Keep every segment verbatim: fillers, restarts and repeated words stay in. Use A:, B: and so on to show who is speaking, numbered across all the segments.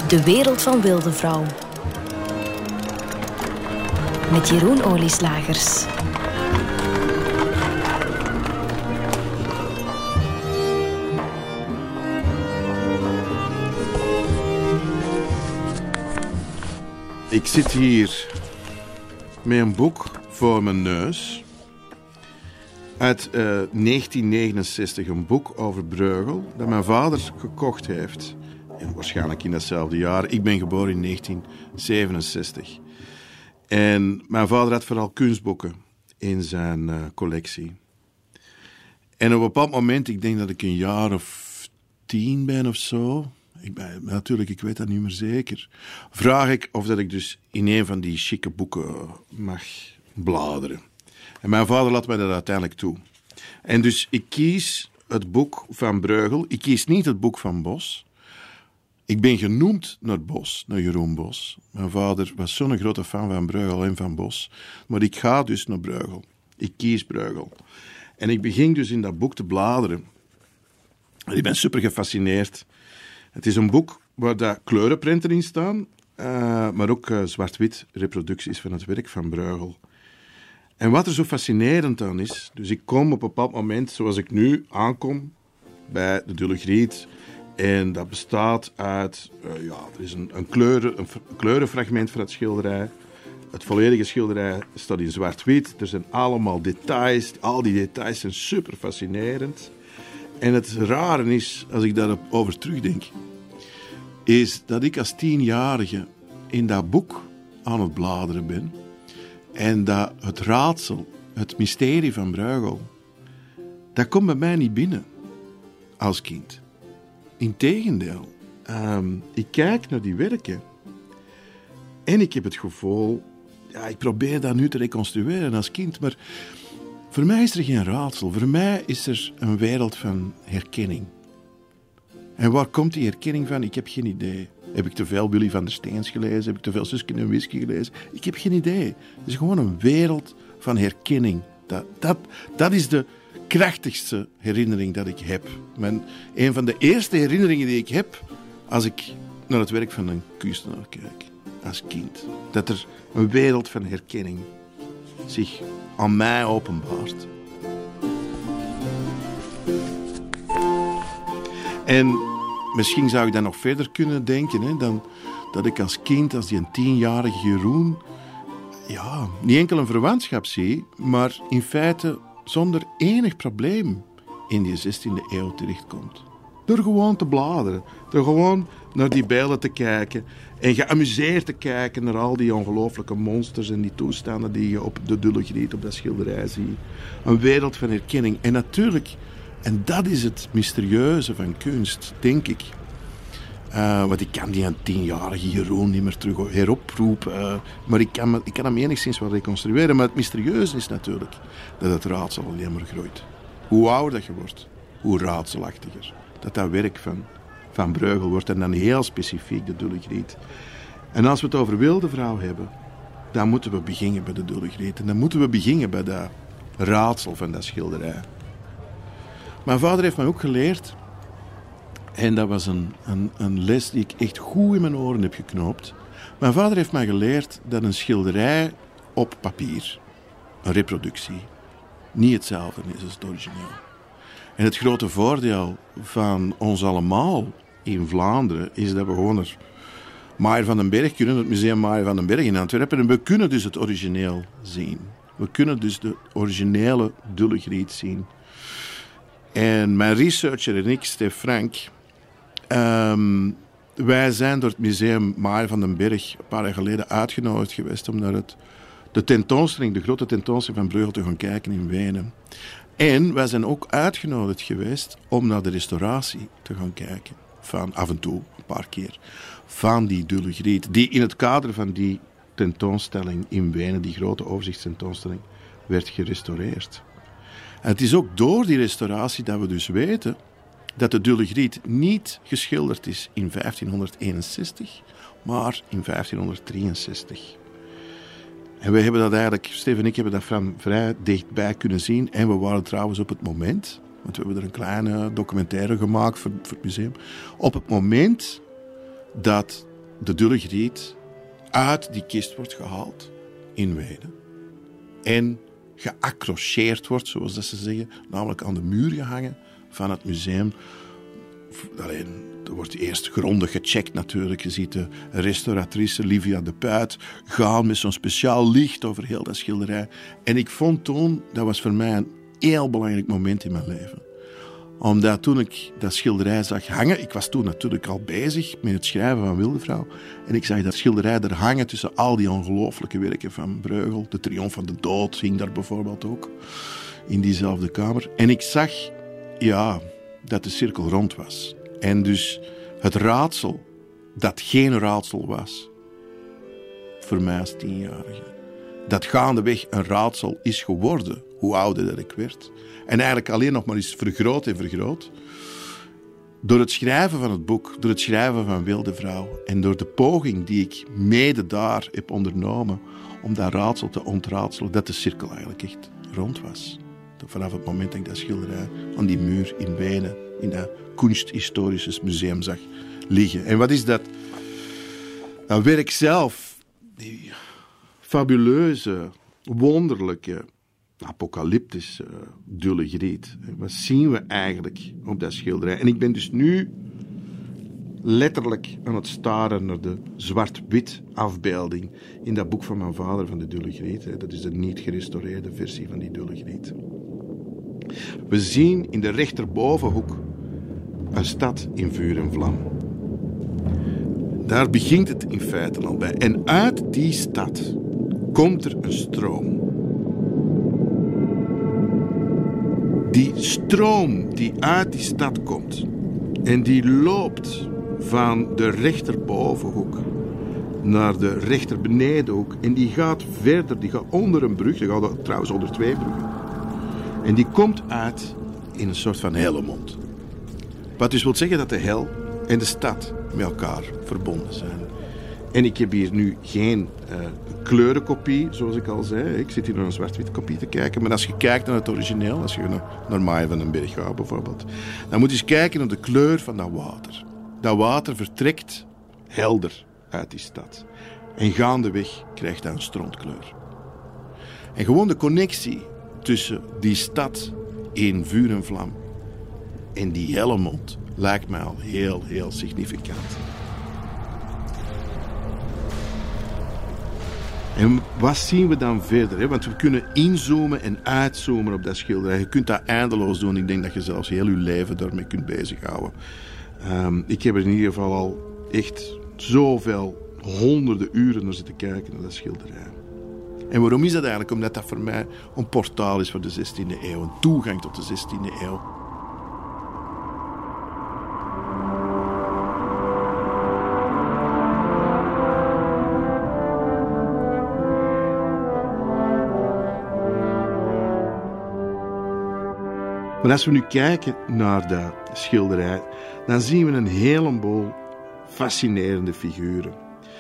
A: De wereld van Wildevrouw. Met Jeroen Olieslagers.
B: Ik zit hier met een boek voor mijn neus. Uit uh, negentien negenenzestig, een boek over Breugel, dat mijn vader gekocht heeft. En waarschijnlijk in datzelfde jaar. Ik ben geboren in negentien zevenenzestig. En mijn vader had vooral kunstboeken in zijn uh, collectie. En op een bepaald moment, ik denk dat ik een jaar of tien ben of zo... Ik ben, natuurlijk, ik weet dat niet meer zeker. Vraag ik of dat ik dus in een van die chique boeken mag bladeren. En mijn vader laat mij dat uiteindelijk toe. En dus ik kies het boek van Breugel. Ik kies niet het boek van Bos. Ik ben genoemd naar Bos, naar Jeroen Bos. Mijn vader was zo'n grote fan van Breugel en van Bos. Maar ik ga dus naar Breugel. Ik kies Breugel. En ik begin dus in dat boek te bladeren. En ik ben super gefascineerd. Het is een boek waar daar kleurenprenten in staan, uh, maar ook uh, zwart-wit reproducties van het werk van Breugel. En wat er zo fascinerend aan is, dus ik kom op een bepaald moment, zoals ik nu aankom, bij de Dulle Griet, en dat bestaat uit, uh, ja, er is een, een, kleuren, een kleurenfragment van het schilderij. Het volledige schilderij staat in zwart-wit, er zijn allemaal details, al die details zijn super fascinerend. En het rare is, als ik daarover terugdenk, is dat ik als tienjarige in dat boek aan het bladeren ben en dat het raadsel, het mysterie van Breugel, dat komt bij mij niet binnen als kind. Integendeel, um, ik kijk naar die werken en ik heb het gevoel, ja, ik probeer dat nu te reconstrueren als kind, maar voor mij is er geen raadsel. Voor mij is er een wereld van herkenning. En waar komt die herkenning van? Ik heb geen idee. Heb ik te veel Willy van der Steens gelezen? Heb ik te veel Suske en Whisky gelezen? Ik heb geen idee. Het is gewoon een wereld van herkenning. Dat, dat, dat is de krachtigste herinnering dat ik heb. Mijn, een van de eerste herinneringen die ik heb als ik naar het werk van een kunstenaar kijk. Als kind. Dat er een wereld van herkenning zich aan mij openbaart. En misschien zou ik dan nog verder kunnen denken, hè, dan dat ik als kind, als die een tienjarige Jeroen, ja, niet enkel een verwantschap zie, maar in feite zonder enig probleem in die zestiende eeuw terechtkomt. Door gewoon te bladeren, door gewoon naar die beelden te kijken en geamuseerd te kijken naar al die ongelooflijke monsters en die toestanden die je op de Dulle Griet, op dat schilderij ziet. Een wereld van herkenning. En natuurlijk, en dat is het mysterieuze van kunst, denk ik. Uh, want ik kan die een tienjarige Jeroen niet meer terug heroproepen. Uh, maar ik kan, ik kan hem enigszins wel reconstrueren. Maar het mysterieuze is natuurlijk dat het raadsel alleen maar groeit. Hoe ouder dat je wordt, hoe raadselachtiger dat dat werk van, van Breugel wordt. En dan heel specifiek de Dulle Griet. En als we het over Wildevrouw hebben, dan moeten we beginnen bij de Dulle Griet. En dan moeten we beginnen bij dat raadsel van dat schilderij. Mijn vader heeft mij ook geleerd, en dat was een, een, een les die ik echt goed in mijn oren heb geknoopt. Mijn vader heeft mij geleerd dat een schilderij op papier, een reproductie, niet hetzelfde is als het origineel. En het grote voordeel van ons allemaal in Vlaanderen is dat we gewoon naar Maier van den Berg kunnen, het museum Maier van den Berg in Antwerpen, en we kunnen dus het origineel zien. We kunnen dus de originele Dulle Griet zien. En mijn researcher en ik, Stef Frank, um, wij zijn door het museum Maier van den Berg een paar jaar geleden uitgenodigd geweest om naar het, de tentoonstelling, de grote tentoonstelling van Breugel te gaan kijken in Wenen. En wij zijn ook uitgenodigd geweest om naar de restauratie te gaan kijken. Van af en toe, een paar keer, van die Dulle Griet. Die in het kader van die tentoonstelling in Wenen, die grote overzichtstentoonstelling, werd gerestaureerd. En het is ook door die restauratie dat we dus weten dat de Dulle Griet niet geschilderd is in vijftienhonderdeenenzestig, maar in vijftienhonderddrieënzestig. En we hebben dat eigenlijk, Stef en ik hebben dat van vrij dichtbij kunnen zien. En we waren trouwens op het moment, want we hebben er een kleine documentaire gemaakt voor, voor het museum, op het moment dat de Dulle Griet uit die kist wordt gehaald in Wenen en geaccrocheerd wordt, zoals dat ze zeggen, namelijk aan de muur gehangen van het museum. Alleen, er wordt eerst grondig gecheckt natuurlijk. Je ziet de restauratrice Livia de Puit gaan met zo'n speciaal licht over heel dat schilderij. En ik vond toen, dat was voor mij een heel belangrijk moment in mijn leven. Omdat toen ik dat schilderij zag hangen, ik was toen natuurlijk al bezig met het schrijven van Wildevrouw, en ik zag dat schilderij er hangen tussen al die ongelooflijke werken van Bruegel. De Triomf van de Dood hing daar bijvoorbeeld ook, in diezelfde kamer. En ik zag, ja, dat de cirkel rond was. En dus het raadsel, dat geen raadsel was, voor mij als tienjarige, dat gaandeweg een raadsel is geworden, hoe ouder dat ik werd. En eigenlijk alleen nog maar eens vergroot en vergroot. Door het schrijven van het boek, door het schrijven van Wildevrouw en door de poging die ik mede daar heb ondernomen om dat raadsel te ontraadselen, dat de cirkel eigenlijk echt rond was. Vanaf het moment dat ik dat schilderij aan die muur in Wenen, in dat Kunsthistorisches Museum zag liggen. En wat is dat? Dat werk zelf, die fabuleuze, wonderlijke, apocalyptische Dulle Griet. Wat zien we eigenlijk op dat schilderij? En ik ben dus nu letterlijk aan het staren naar de zwart-wit afbeelding in dat boek van mijn vader van de Dulle Griet. Dat is de niet gerestaureerde versie van die Dulle Griet. We zien in de rechterbovenhoek een stad in vuur en vlam. Daar begint het in feite al bij. En uit die stad komt er een stroom. Die stroom die uit die stad komt en die loopt van de rechterbovenhoek naar de rechterbenedenhoek en die gaat verder, die gaat onder een brug, die gaat trouwens onder twee bruggen. En die komt uit in een soort van hellemond. Wat dus wil zeggen dat de hel en de stad met elkaar verbonden zijn. En ik heb hier nu geen uh, kleurenkopie, zoals ik al zei. Ik zit hier naar een zwart-wit kopie te kijken. Maar als je kijkt naar het origineel, als je naar, naar Maaien van den Berg gaat bijvoorbeeld, dan moet je eens kijken naar de kleur van dat water. Dat water vertrekt helder uit die stad. En gaandeweg krijgt dat een strontkleur. En gewoon de connectie tussen die stad in vuur en vlam en die hellemond lijkt mij al heel, heel significant. En wat zien we dan verder? Hè? Want we kunnen inzoomen en uitzoomen op dat schilderij. Je kunt dat eindeloos doen. Ik denk dat je zelfs heel je leven daarmee kunt bezighouden. Um, ik heb er in ieder geval al echt zoveel honderden uren naar zitten kijken naar dat schilderij. En waarom is dat eigenlijk? Omdat dat voor mij een portaal is voor de zestiende eeuw. Een toegang tot de zestiende eeuw. Maar als we nu kijken naar dat schilderij, dan zien we een heleboel fascinerende figuren.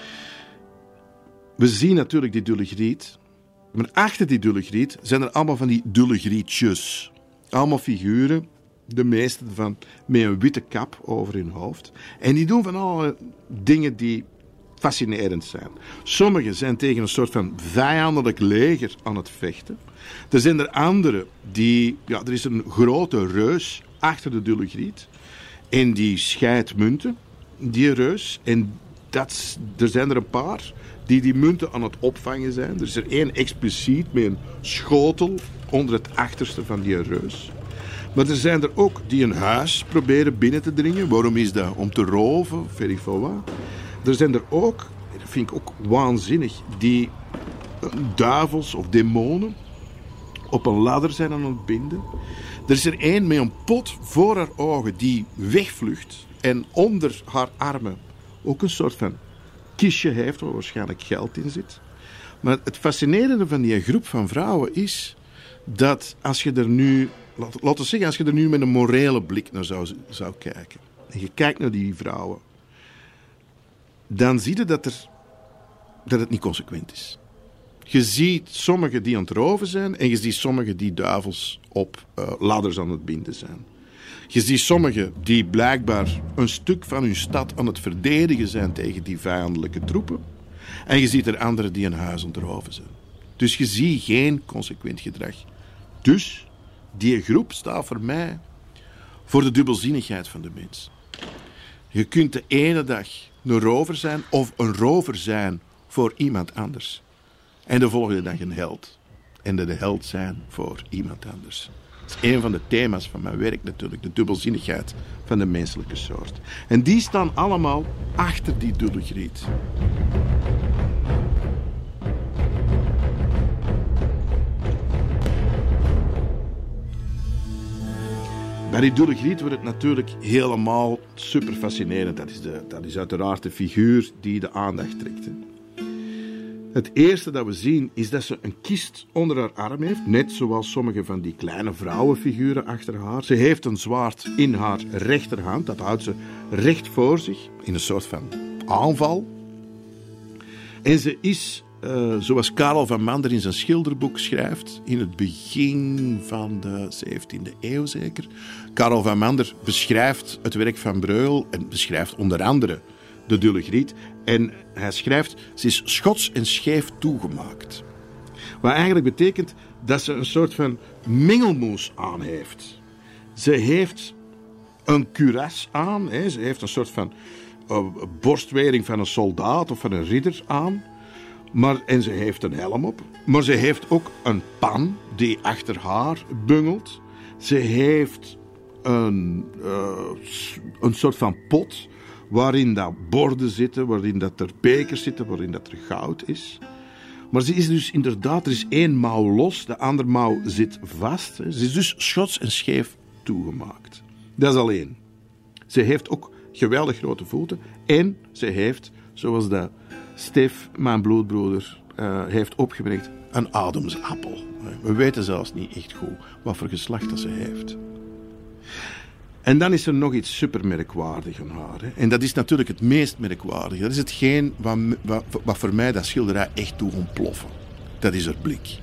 B: We zien natuurlijk die Dulle Griet, maar achter die Dulle Griet zijn er allemaal van die Dulle Grietjes. Allemaal figuren, de meeste van met een witte kap over hun hoofd. En die doen van alle dingen die fascinerend zijn. Sommigen zijn tegen een soort van vijandelijk leger aan het vechten. Er zijn er anderen die... Ja, er is een grote reus achter de Dulle Griet. En die scheidt munten, die reus. En dat, er zijn er een paar die die munten aan het opvangen zijn. Er is er één expliciet met een schotel onder het achterste van die reus. Maar er zijn er ook die een huis proberen binnen te dringen. Waarom is dat? Om te roven, weet ik veel wat. Er zijn er ook, dat vind ik ook waanzinnig, die duivels of demonen op een ladder zijn aan het binden. Er is er één met een pot voor haar ogen die wegvlucht en onder haar armen ook een soort van kistje heeft waar waarschijnlijk geld in zit. Maar het fascinerende van die groep van vrouwen is dat als je er nu, laten we zeggen, als je er nu met een morele blik naar zou, zou kijken en je kijkt naar die vrouwen, dan zie je dat, er, dat het niet consequent is. Je ziet sommigen die aan het roven zijn en je ziet sommigen die duivels op uh, ladders aan het binden zijn. Je ziet sommigen die blijkbaar een stuk van hun stad aan het verdedigen zijn tegen die vijandelijke troepen. En je ziet er anderen die een huis onderhoven zijn. Dus je ziet geen consequent gedrag. Dus die groep staat voor mij voor de dubbelzinnigheid van de mens. Je kunt de ene dag een rover zijn of een rover zijn voor iemand anders. En de volgende dag een held. En de held zijn voor iemand anders. Dat is een van de thema's van mijn werk natuurlijk. De dubbelzinnigheid van de menselijke soort. En die staan allemaal achter die dubbelgriet. Bij die dubbelgriet wordt het natuurlijk helemaal super fascinerend. Dat is, de, dat is uiteraard de figuur die de aandacht trekt. Hè. Het eerste dat we zien is dat ze een kist onder haar arm heeft. Net zoals sommige van die kleine vrouwenfiguren achter haar. Ze heeft een zwaard in haar rechterhand. Dat houdt ze recht voor zich. In een soort van aanval. En ze is, uh, zoals Karel van Mander in zijn schilderboek schrijft. In het begin van de zeventiende eeuw zeker. Karel van Mander beschrijft het werk van Breugel. En beschrijft onder andere de dubbelgriet. En hij schrijft, ze is schots en scheef toegemaakt. Wat eigenlijk betekent dat ze een soort van mengelmoes aan heeft. Ze heeft een kuras aan. Hè. Ze heeft een soort van uh, borstwering van een soldaat of van een ridder aan. Maar, en ze heeft een helm op. Maar ze heeft ook een pan die achter haar bungelt. Ze heeft een, uh, een soort van pot waarin dat borden zitten, waarin dat er bekers zitten, waarin dat er goud is. Maar ze is dus inderdaad, er is één mouw los, de andere mouw zit vast. Ze is dus schots en scheef toegemaakt. Dat is alleen. Ze heeft ook geweldig grote voeten en ze heeft, zoals dat Stef, mijn bloedbroeder, uh, heeft opgemerkt, een ademsappel. We weten zelfs niet echt goed wat voor geslacht dat ze heeft. En dan is er nog iets supermerkwaardigs aan haar. Hè. En dat is natuurlijk het meest merkwaardige. Dat is hetgeen wat, wat, wat voor mij dat schilderij echt doet ontploffen. Dat is haar blik.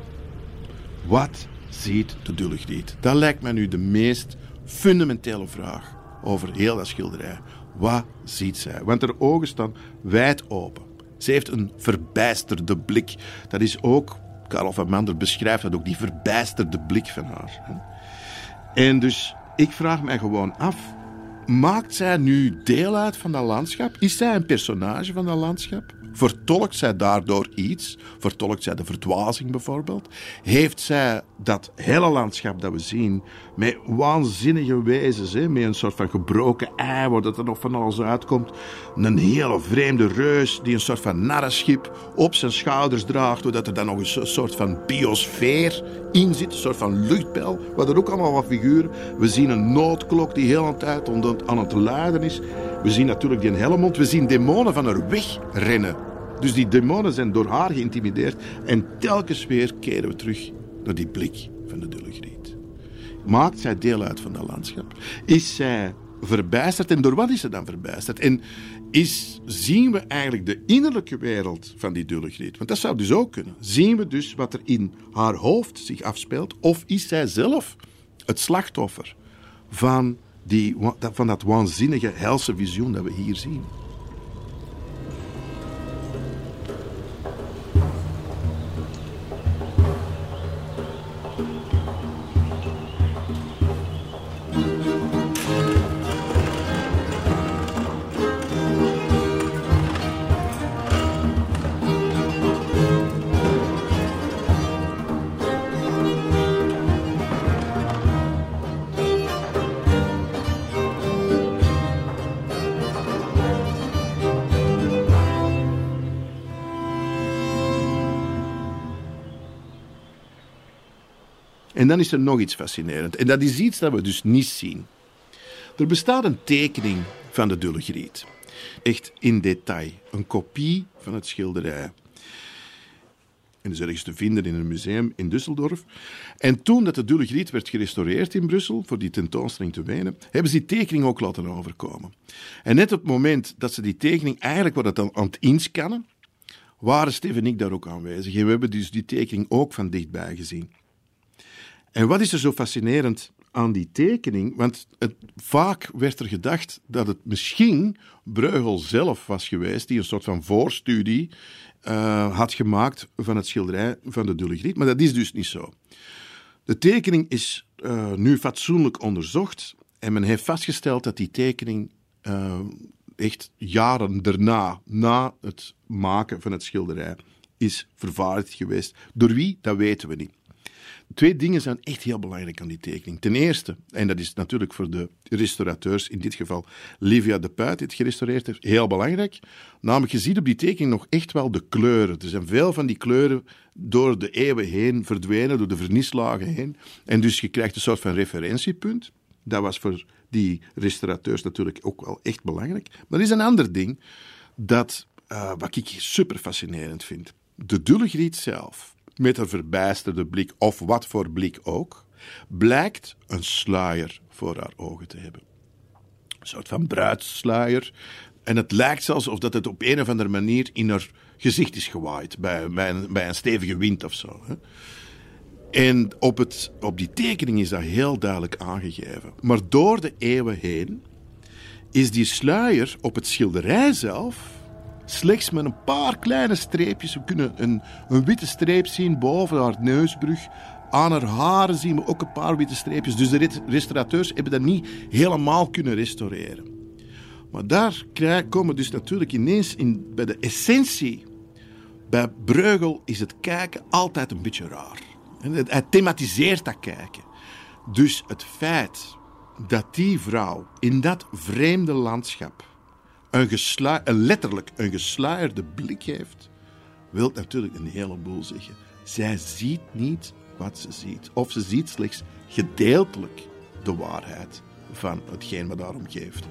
B: Wat ziet de dubbelgriet? Dat lijkt mij nu de meest fundamentele vraag over heel dat schilderij. Wat ziet zij? Want haar ogen staan wijd open. Ze heeft een verbijsterde blik. Dat is ook, Karel van Mander beschrijft dat ook, die verbijsterde blik van haar. Hè. En dus, ik vraag mij gewoon af, maakt zij nu deel uit van dat landschap? Is zij een personage van dat landschap? Vertolkt zij daardoor iets? Vertolkt zij de verdwazing bijvoorbeeld? Heeft zij dat hele landschap dat we zien met waanzinnige wezens, hè? Met een soort van gebroken ei, waar dat er nog van alles uitkomt, een hele vreemde reus die een soort van narrenschip op zijn schouders draagt, doordat er dan nog een soort van biosfeer in zit, een soort van luchtbel, waar er ook allemaal wat figuren. We zien een noodklok die heel aan het uit aan het luiden is. We zien natuurlijk die helmond. We zien demonen van haar wegrennen. Dus die demonen zijn door haar geïntimideerd. En telkens weer keren we terug naar die blik van de dubbelgriet. Maakt zij deel uit van dat landschap? Is zij verbijsterd? En door wat is ze dan verbijsterd? En is, zien we eigenlijk de innerlijke wereld van die dubbelgriet? Want dat zou dus ook kunnen. Zien we dus wat er in haar hoofd zich afspeelt? Of is zij zelf het slachtoffer van Die, van dat waanzinnige helse visioen dat we hier zien. En dan is er nog iets fascinerend. En dat is iets dat we dus niet zien. Er bestaat een tekening van de dubbelgriet. Echt in detail. Een kopie van het schilderij. En dat is ergens te vinden in een museum in Düsseldorf. En toen dat de dubbelgriet werd gerestaureerd in Brussel, voor die tentoonstelling te Wenen, hebben ze die tekening ook laten overkomen. En net op het moment dat ze die tekening eigenlijk waren aan het inscannen, waren Stef en ik daar ook aanwezig. En we hebben dus die tekening ook van dichtbij gezien. En wat is er zo fascinerend aan die tekening, want het, vaak werd er gedacht dat het misschien Bruegel zelf was geweest, die een soort van voorstudie uh, had gemaakt van het schilderij van de Dulle Griet, maar dat is dus niet zo. De tekening is uh, nu fatsoenlijk onderzocht en men heeft vastgesteld dat die tekening uh, echt jaren daarna, na het maken van het schilderij, is vervaardigd geweest. Door wie? Dat weten we niet. Twee dingen zijn echt heel belangrijk aan die tekening. Ten eerste, en dat is natuurlijk voor de restaurateurs, in dit geval Livia de Puit, die het gerestaureerd heeft, heel belangrijk. Namelijk, je ziet op die tekening nog echt wel de kleuren. Er zijn veel van die kleuren door de eeuwen heen verdwenen, door de vernislagen heen. En dus je krijgt een soort van referentiepunt. Dat was voor die restaurateurs natuurlijk ook wel echt belangrijk. Maar er is een ander ding, dat, uh, wat ik super fascinerend vind. De Dulle Griet zelf, met een verbijsterde blik, of wat voor blik ook, blijkt een sluier voor haar ogen te hebben. Een soort van bruidssluier. En het lijkt zelfs of dat het op een of andere manier in haar gezicht is gewaaid, bij, bij, een, bij een stevige wind of zo. Hè. En op, het, op die tekening is dat heel duidelijk aangegeven. Maar door de eeuwen heen is die sluier op het schilderij zelf slechts met een paar kleine streepjes. We kunnen een, een witte streep zien boven haar neusbrug. Aan haar haren zien we ook een paar witte streepjes. Dus de restaurateurs hebben dat niet helemaal kunnen restaureren. Maar daar komen we dus natuurlijk ineens in, bij de essentie. Bij Bruegel is het kijken altijd een beetje raar. Hij thematiseert dat kijken. Dus het feit dat die vrouw in dat vreemde landschap Een, geslu- een letterlijk een gesluierde blik heeft, wil natuurlijk een heleboel zeggen. Zij ziet niet wat ze ziet. Of ze ziet slechts gedeeltelijk de waarheid van hetgeen wat haar omgeeft.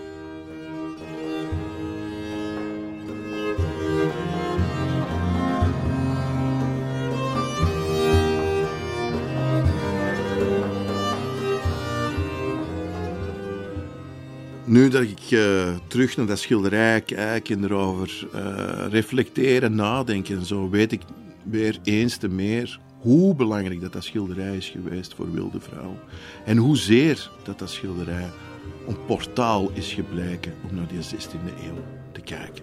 B: Nu dat ik uh, terug naar dat schilderij kijk en erover uh, reflecteer en nadenk en zo, weet ik weer eens te meer hoe belangrijk dat dat schilderij is geweest voor Wilde Vrouw. En hoezeer dat dat schilderij een portaal is gebleken om naar die zestiende eeuw te kijken.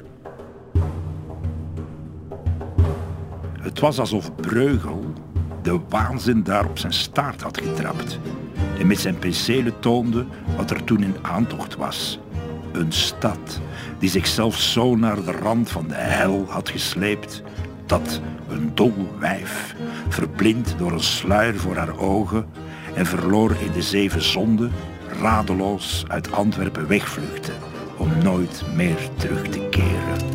C: Het was alsof Bruegel de waanzin daar op zijn staart had getrapt en met zijn penselen toonde wat er toen in aantocht was. Een stad die zichzelf zo naar de rand van de hel had gesleept dat een dol wijf, verblind door een sluier voor haar ogen en verloren in de zeven zonden, radeloos uit Antwerpen wegvluchtte om nooit meer terug te keren.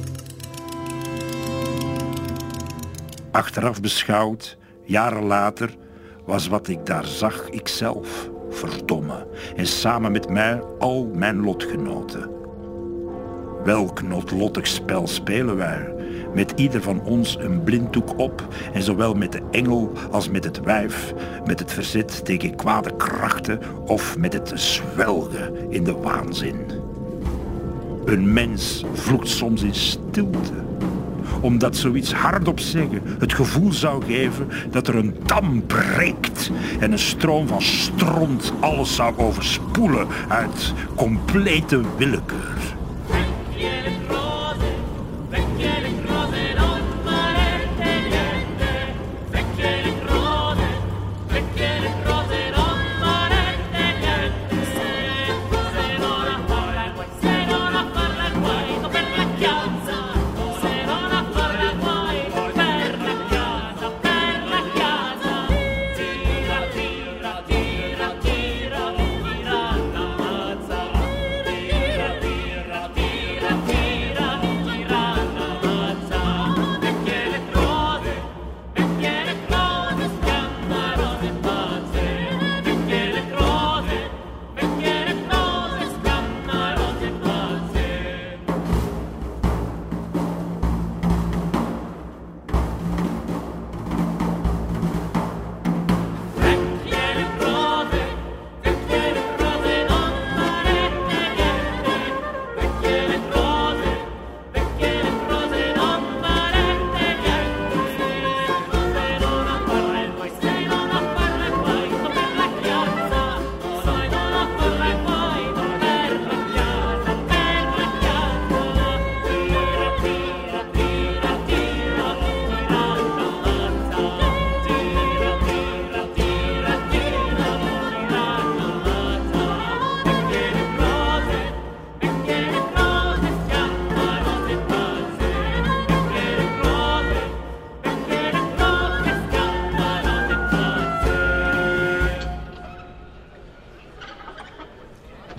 C: Achteraf beschouwd, jaren later, was wat ik daar zag ikzelf, verdomme, en samen met mij al mijn lotgenoten. Welk noodlottig spel spelen wij, met ieder van ons een blinddoek op, en zowel met de engel als met het wijf, met het verzet tegen kwade krachten of met het zwelgen in de waanzin. Een mens vloekt soms in stilte, omdat zoiets hardop zeggen het gevoel zou geven dat er een dam breekt en een stroom van stront alles zou overspoelen uit complete willekeur.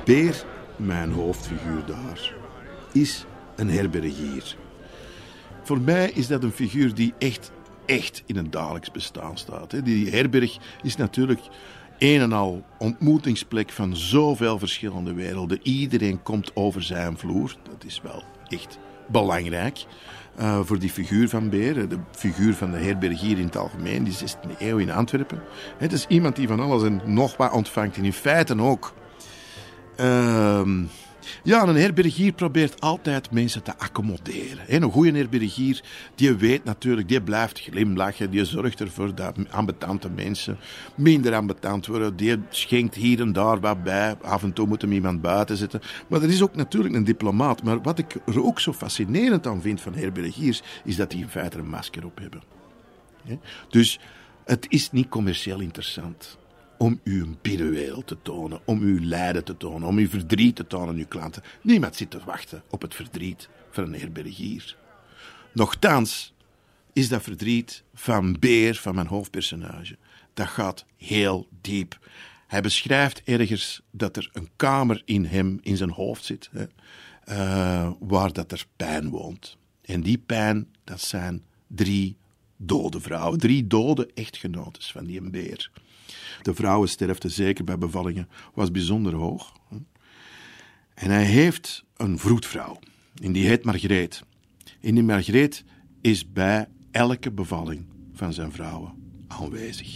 B: Beer, mijn hoofdfiguur daar, is een herbergier. Voor mij is dat een figuur die echt, echt in het dagelijks bestaan staat. Die herberg is natuurlijk een en al ontmoetingsplek van zoveel verschillende werelden. Iedereen komt over zijn vloer. Dat is wel echt belangrijk uh, voor die figuur van Beer. De figuur van de herbergier in het algemeen, die zestiende eeuw in Antwerpen. Het is iemand die van alles en nog wat ontvangt. En in feite ook... Uh, ja, een herbergier probeert altijd mensen te accommoderen. Een goede herbergier, die weet natuurlijk, die blijft glimlachen, die zorgt ervoor dat ambetante mensen minder ambetant worden, die schenkt hier en daar wat bij, af en toe moet hem iemand buiten zetten. Maar er is ook natuurlijk een diplomaat. Maar wat ik er ook zo fascinerend aan vind van herbergiers, is dat die in feite een masker op hebben. Dus het is niet commercieel interessant om uw binnenwereld te tonen, om uw lijden te tonen, om uw verdriet te tonen aan uw klanten. Niemand zit te wachten op het verdriet van een herbergier. Nochtans is dat verdriet van Beer, van mijn hoofdpersonage, dat gaat heel diep. Hij beschrijft ergens dat er een kamer in hem, in zijn hoofd zit, hè, uh, waar dat er pijn woont. En die pijn, dat zijn drie dode vrouwen, drie dode echtgenotes van die Beer. De vrouwensterfte, zeker bij bevallingen, was bijzonder hoog. En hij heeft een vroedvrouw. En die heet Margreet. En die Margreet is bij elke bevalling van zijn vrouwen aanwezig.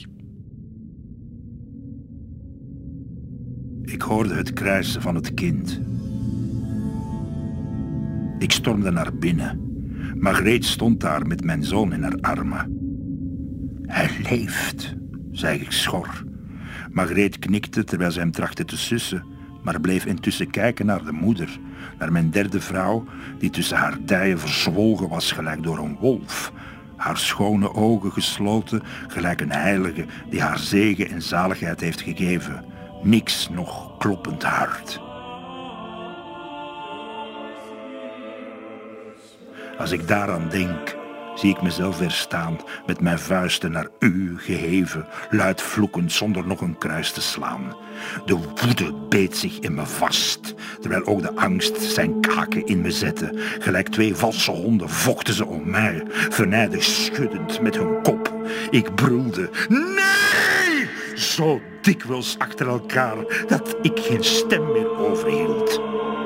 C: Ik hoorde het krijsen van het kind. Ik stormde naar binnen. Margreet stond daar met mijn zoon in haar armen. Hij leeft, zei ik schor. Margreet knikte terwijl ze hem trachtte te sussen, maar bleef intussen kijken naar de moeder, naar mijn derde vrouw, die tussen haar dijen verzwolgen was gelijk door een wolf. Haar schone ogen gesloten, gelijk een heilige die haar zegen en zaligheid heeft gegeven. Niks nog kloppend hart. Als ik daaraan denk, zie ik mezelf weer staan, met mijn vuisten naar u geheven, luid vloekend zonder nog een kruis te slaan. De woede beet zich in me vast, terwijl ook de angst zijn kaken in me zette. Gelijk twee valse honden vochten ze om mij, venijnig schuddend met hun kop. Ik brulde, nee! Zo dikwijls achter elkaar, dat ik geen stem meer overhield.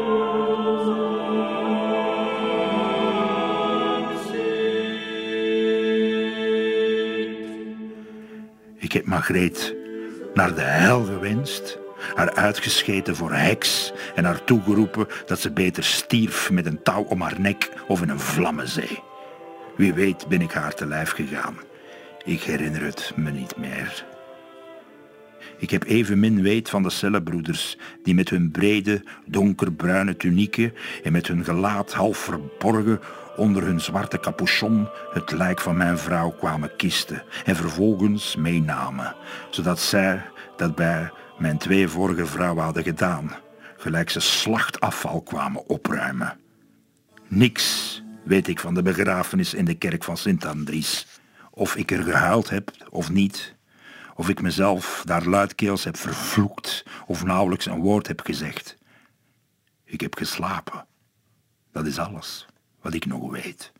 C: Ik heb Margreet naar de hel gewenst, haar uitgescheten voor heks en haar toegeroepen dat ze beter stierf met een touw om haar nek of in een vlammenzee. Wie weet ben ik haar te lijf gegaan. Ik herinner het me niet meer. Ik heb evenmin weet van de cellenbroeders die met hun brede, donkerbruine tunieken en met hun gelaat half verborgen onder hun zwarte capuchon het lijk van mijn vrouw kwamen kisten en vervolgens meenamen, zodat zij dat bij mijn twee vorige vrouwen hadden gedaan, gelijk ze slachtafval kwamen opruimen. Niks weet ik van de begrafenis in de kerk van Sint-Andries, of ik er gehuild heb of niet, of ik mezelf daar luidkeels heb vervloekt of nauwelijks een woord heb gezegd. Ik heb geslapen. Dat is alles wat ik nog weet.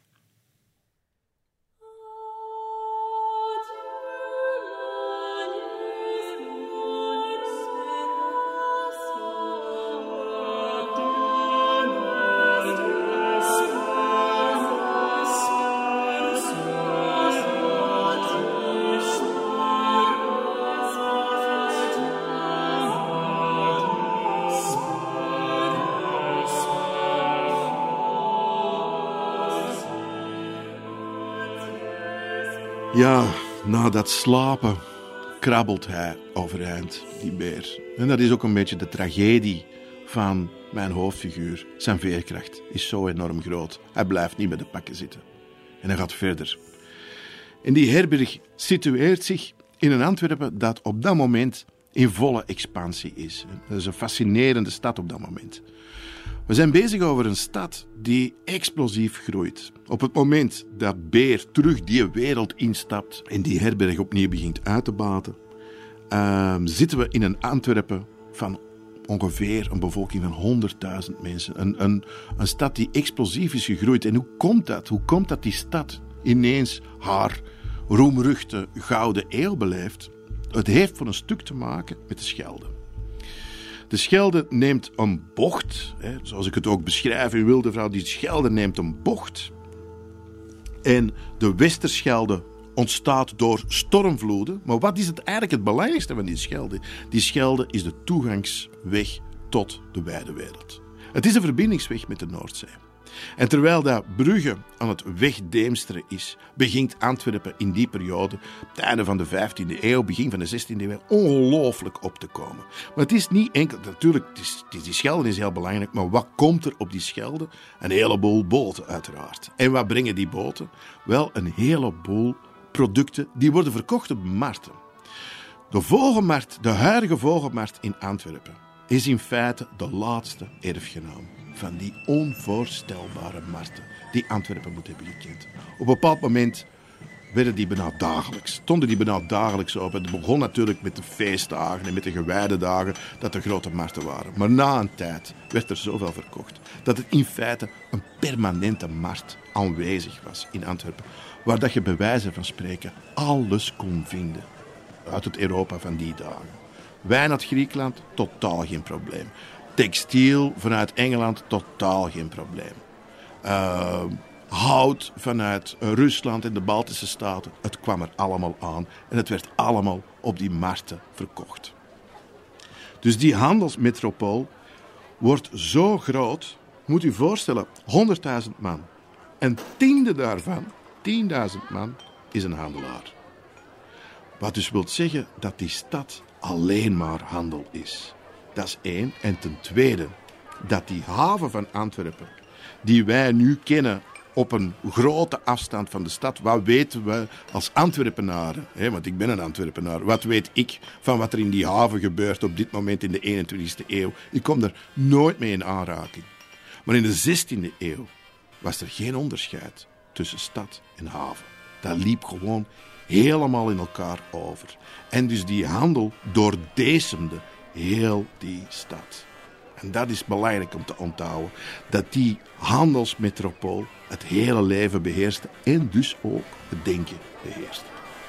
B: Ja, na dat slapen krabbelt hij overeind, die Beer. En dat is ook een beetje de tragedie van mijn hoofdfiguur. Zijn veerkracht is zo enorm groot. Hij blijft niet met de pakken zitten. En hij gaat verder. En die herberg situeert zich in een Antwerpen dat op dat moment in volle expansie is. Dat is een fascinerende stad op dat moment. We zijn bezig over een stad die explosief groeit. Op het moment dat Beer terug die wereld instapt en die herberg opnieuw begint uit te baten, uh, zitten we in een Antwerpen van ongeveer een bevolking van honderdduizend mensen. Een, een, een stad die explosief is gegroeid. En hoe komt dat? Hoe komt dat die stad ineens haar roemruchte gouden eeuw beleeft? Het heeft voor een stuk te maken met de Schelde. De Schelde neemt een bocht, hè, zoals ik het ook beschrijf in Wilde Vrouw. Die Schelde neemt een bocht. En de Westerschelde ontstaat door stormvloeden. Maar wat is het eigenlijk het belangrijkste van die Schelde? Die Schelde is de toegangsweg tot de wijde wereld. Het is een verbindingsweg met de Noordzee. En terwijl dat Brugge aan het wegdeemsteren is, begint Antwerpen in die periode, op het einde van de vijftiende eeuw, begin van de zestiende eeuw, ongelooflijk op te komen. Maar het is niet enkel, natuurlijk, het is, het is, die Schelde is heel belangrijk, maar wat komt er op die Schelde? Een heleboel boten uiteraard. En wat brengen die boten? Wel, een heleboel producten die worden verkocht op markten. De Vogelmarkt, de huidige Vogelmarkt in Antwerpen, is in feite de laatste erfgenaam van die onvoorstelbare markten die Antwerpen moet hebben gekend. Op een bepaald moment werden die bijna dagelijks, stonden die bijna dagelijks open. Het begon natuurlijk met de feestdagen en met de gewijde dagen dat er grote markten waren. Maar na een tijd werd er zoveel verkocht dat het in feite een permanente markt aanwezig was in Antwerpen, waar dat je bij wijze van spreken alles kon vinden uit het Europa van die dagen. Wijn uit Griekenland, totaal geen probleem. Textiel vanuit Engeland, totaal geen probleem. Uh, hout vanuit Rusland en de Baltische Staten, het kwam er allemaal aan. En het werd allemaal op die markten verkocht. Dus die handelsmetropool wordt zo groot, moet u voorstellen, honderdduizend man. En tiende daarvan, tienduizend man, is een handelaar. Wat dus wil zeggen dat die stad alleen maar handel is. Dat is één. En ten tweede, dat die haven van Antwerpen, die wij nu kennen op een grote afstand van de stad, wat weten we als Antwerpenaren? Hè, want ik ben een Antwerpenaar. Wat weet ik van wat er in die haven gebeurt op dit moment in de eenentwintigste eeuw? Ik kom er nooit mee in aanraking. Maar in de zestiende eeuw was er geen onderscheid tussen stad en haven. Dat liep gewoon helemaal in elkaar over. En dus die handel doordecemde heel die stad. En dat is belangrijk om te onthouden. Dat die handelsmetropool het hele leven beheerste en dus ook het denken beheerste.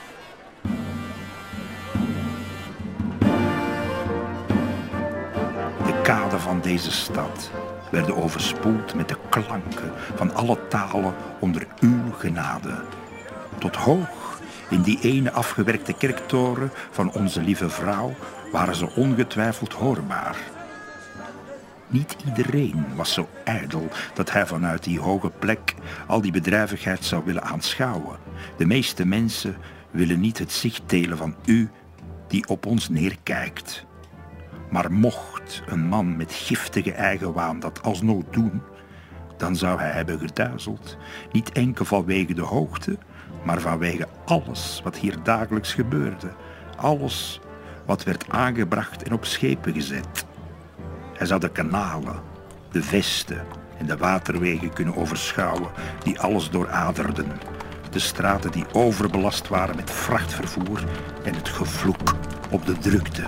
C: De kaden van deze stad werden overspoeld met de klanken van alle talen onder uw genade. Tot hoog in die ene afgewerkte kerktoren van Onze Lieve Vrouw waren ze ongetwijfeld hoorbaar. Niet iedereen was zo ijdel dat hij vanuit die hoge plek al die bedrijvigheid zou willen aanschouwen. De meeste mensen willen niet het zicht delen van u die op ons neerkijkt. Maar mocht een man met giftige eigenwaan dat alsnog doen, dan zou hij hebben geduizeld, niet enkel vanwege de hoogte, maar vanwege alles wat hier dagelijks gebeurde, alles wat werd aangebracht en op schepen gezet. Hij zou de kanalen, de vesten en de waterwegen kunnen overschouwen die alles dooraderden. De straten die overbelast waren met vrachtvervoer en het gevloek op de drukte.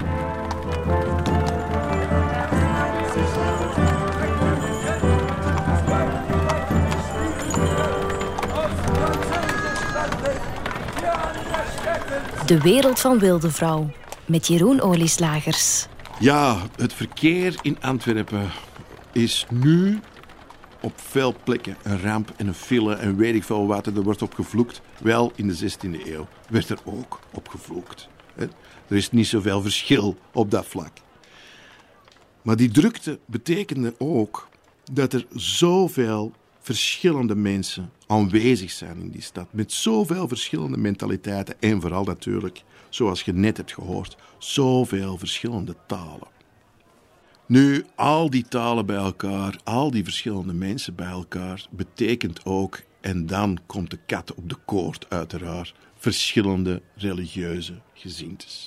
A: De wereld van Wilde Vrouw met Jeroen Olieslagers.
B: Ja, het verkeer in Antwerpen is nu op veel plekken een ramp en een file en weet ik veel wat. Er wordt op gevloekt. Wel, in de zestiende eeuw werd er ook op gevloekt. Er is niet zoveel verschil op dat vlak. Maar die drukte betekende ook dat er zoveel verschillende mensen aanwezig zijn in die stad. Met zoveel verschillende mentaliteiten en vooral natuurlijk, zoals je net hebt gehoord, zoveel verschillende talen. Nu, al die talen bij elkaar, al die verschillende mensen bij elkaar, betekent ook, en dan komt de kat op de koord uiteraard, verschillende religieuze gezintes.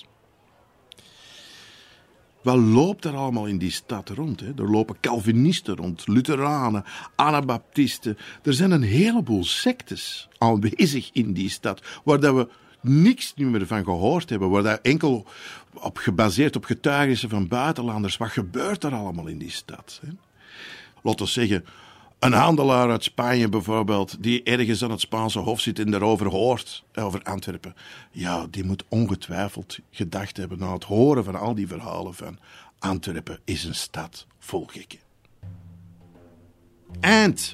B: Wat loopt er allemaal in die stad rond? Hè? Er lopen Calvinisten rond, Lutheranen, Anabaptisten. Er zijn een heleboel sectes aanwezig in die stad, waar dat we niks meer van gehoord hebben, waar daar enkel op gebaseerd op getuigenissen van buitenlanders. Wat gebeurt er allemaal in die stad? Hè? Laten we zeggen, een handelaar uit Spanje bijvoorbeeld, die ergens aan het Spaanse hof zit en daarover hoort, over Antwerpen. Ja, die moet ongetwijfeld gedacht hebben na het horen van al die verhalen van Antwerpen is een stad vol gekken. Eind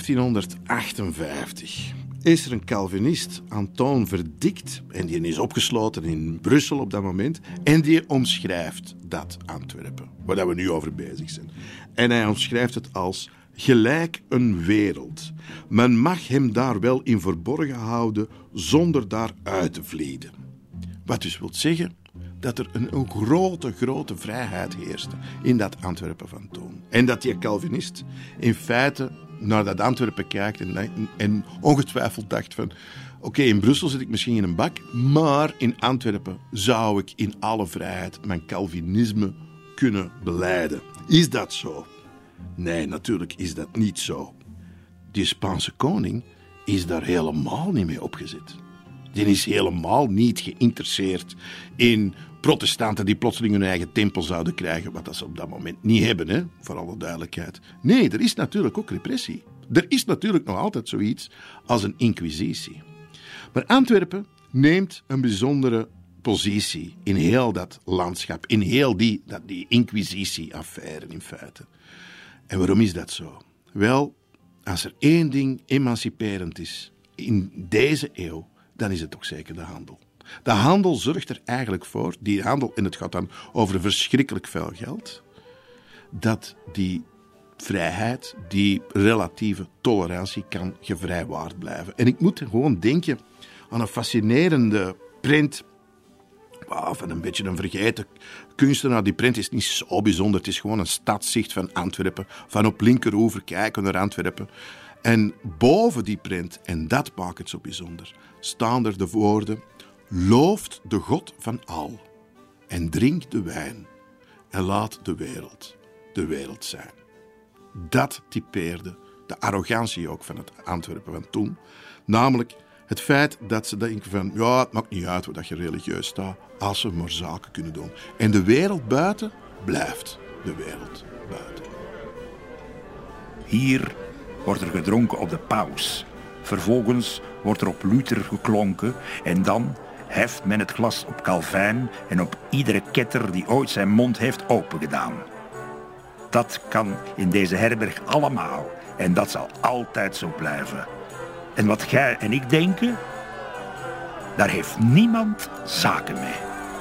B: vijftienhonderdachtenvijftig is er een Calvinist, Antoon Verdict, en die is opgesloten in Brussel op dat moment, en die omschrijft dat Antwerpen, waar we nu over bezig zijn. En hij omschrijft het als gelijk een wereld. Men mag hem daar wel in verborgen houden zonder daar uit te vlieden. Wat dus wil zeggen dat er een, een grote, grote vrijheid heerste in dat Antwerpen van toen. En dat die Calvinist in feite naar dat Antwerpen kijkt en, en ongetwijfeld dacht van oké, okay, in Brussel zit ik misschien in een bak, maar in Antwerpen zou ik in alle vrijheid mijn Calvinisme kunnen belijden. Is dat zo? Nee, natuurlijk is dat niet zo. Die Spaanse koning is daar helemaal niet mee opgezet. Die is helemaal niet geïnteresseerd in protestanten die plotseling hun eigen tempel zouden krijgen, wat dat ze op dat moment niet hebben, hè? Voor alle duidelijkheid. Nee, er is natuurlijk ook repressie. Er is natuurlijk nog altijd zoiets als een inquisitie. Maar Antwerpen neemt een bijzondere positie in heel dat landschap, in heel die, dat, die inquisitie-affaire in feite. En waarom is dat zo? Wel, als er één ding emanciperend is in deze eeuw, dan is het toch zeker de handel. De handel zorgt er eigenlijk voor, die handel, en het gaat dan over verschrikkelijk veel geld, dat die vrijheid, die relatieve tolerantie kan gevrijwaard blijven. En ik moet gewoon denken aan een fascinerende print van een beetje een vergeten kunstenaar. Die print is niet zo bijzonder, het is gewoon een stadszicht van Antwerpen, van op linkeroever kijken naar Antwerpen. En boven die print, en dat maakt het zo bijzonder, staan er de woorden: looft de God van al en drink de wijn en laat de wereld de wereld zijn. Dat typeerde de arrogantie ook van het Antwerpen van toen. Namelijk het feit dat ze denken van, ja, het maakt niet uit wat je religieus staat, als we maar zaken kunnen doen. En de wereld buiten blijft de wereld buiten.
C: Hier wordt er gedronken op de paus. Vervolgens wordt er op Luther geklonken en dan heft men het glas op Calvijn en op iedere ketter die ooit zijn mond heeft opengedaan. Dat kan in deze herberg allemaal en dat zal altijd zo blijven. En wat jij en ik denken, daar heeft niemand zaken mee.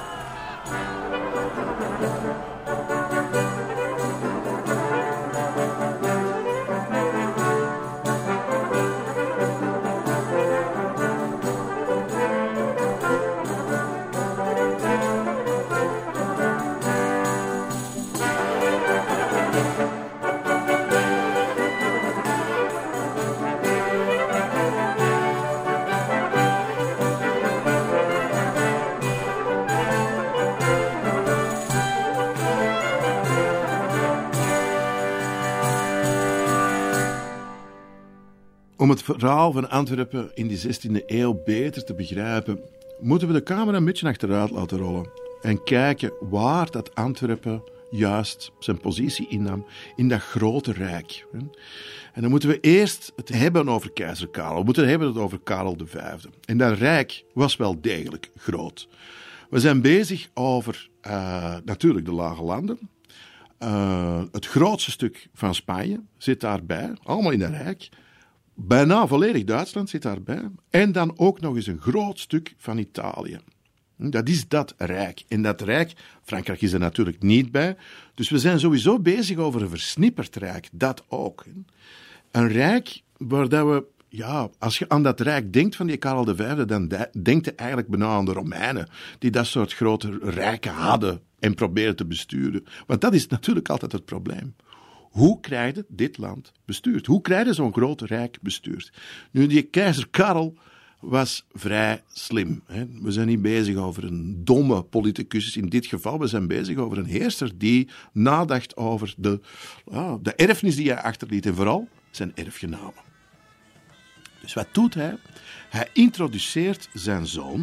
B: Om het verhaal van Antwerpen in die zestiende eeuw beter te begrijpen, moeten we de camera een beetje achteruit laten rollen en kijken waar dat Antwerpen juist zijn positie innam in dat grote rijk. En dan moeten we eerst het hebben over keizer Karel. We moeten hebben het over Karel de Vijfde. En dat rijk was wel degelijk groot. We zijn bezig over uh, natuurlijk de Lage Landen. Uh, het grootste stuk van Spanje zit daarbij, allemaal in dat rijk. Bijna volledig Duitsland zit daarbij. En dan ook nog eens een groot stuk van Italië. Dat is dat rijk. En dat rijk, Frankrijk is er natuurlijk niet bij. Dus we zijn sowieso bezig over een versnipperd rijk. Dat ook. Een rijk waar dat we, ja, als je aan dat rijk denkt van die Karel de Vijfde, dan denkt je eigenlijk bijna aan de Romeinen, die dat soort grote rijken hadden en probeerden te besturen. Want dat is natuurlijk altijd het probleem. Hoe krijg je dit land bestuurd? Hoe krijg je zo'n groot rijk bestuurd? Nu, die keizer Karel was vrij slim. Hè? We zijn niet bezig over een domme politicus in dit geval. We zijn bezig over een heerser die nadacht over de, ah, de erfenis die hij achterliet en vooral zijn erfgenamen. Dus wat doet hij? Hij introduceert zijn zoon,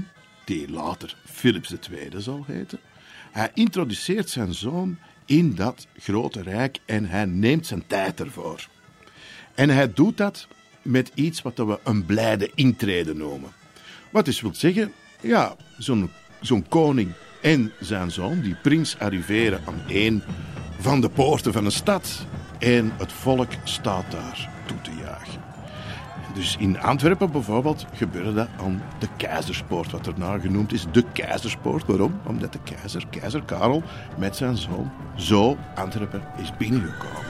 B: die later Philips de Tweede zal heten. Hij introduceert zijn zoon in dat grote rijk en hij neemt zijn tijd ervoor. En hij doet dat met iets wat we een blijde intrede noemen. Wat dus wil zeggen, ja, zo'n, zo'n koning en zijn zoon, die prins, arriveren aan een van de poorten van een stad. En het volk staat daar toe te juichen. Dus in Antwerpen bijvoorbeeld gebeurde dat aan de Keizerspoort, wat ernaar genoemd is de Keizerspoort. Waarom? Omdat de keizer, keizer Karel, met zijn zoon zo Antwerpen is binnengekomen.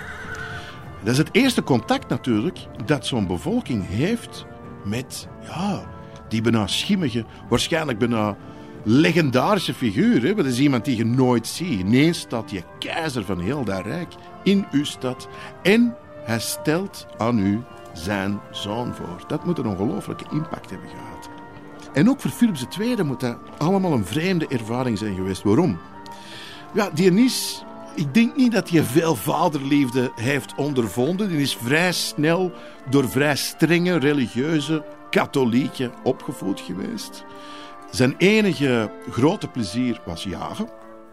B: Dat is het eerste contact natuurlijk dat zo'n bevolking heeft met ja, die bijna schimmige, waarschijnlijk bijna legendarische figuur. Hè? Dat is iemand die je nooit ziet. Ineens staat je keizer van heel dat rijk in uw stad en hij stelt aan u zijn zoon voor. Dat moet een ongelooflijke impact hebben gehad. En ook voor Philips de Tweede moet dat allemaal een vreemde ervaring zijn geweest. Waarom? Ja, die is... Ik denk niet dat hij veel vaderliefde heeft ondervonden. Die is vrij snel door vrij strenge religieuze katholieken opgevoed geweest. Zijn enige grote plezier was jagen.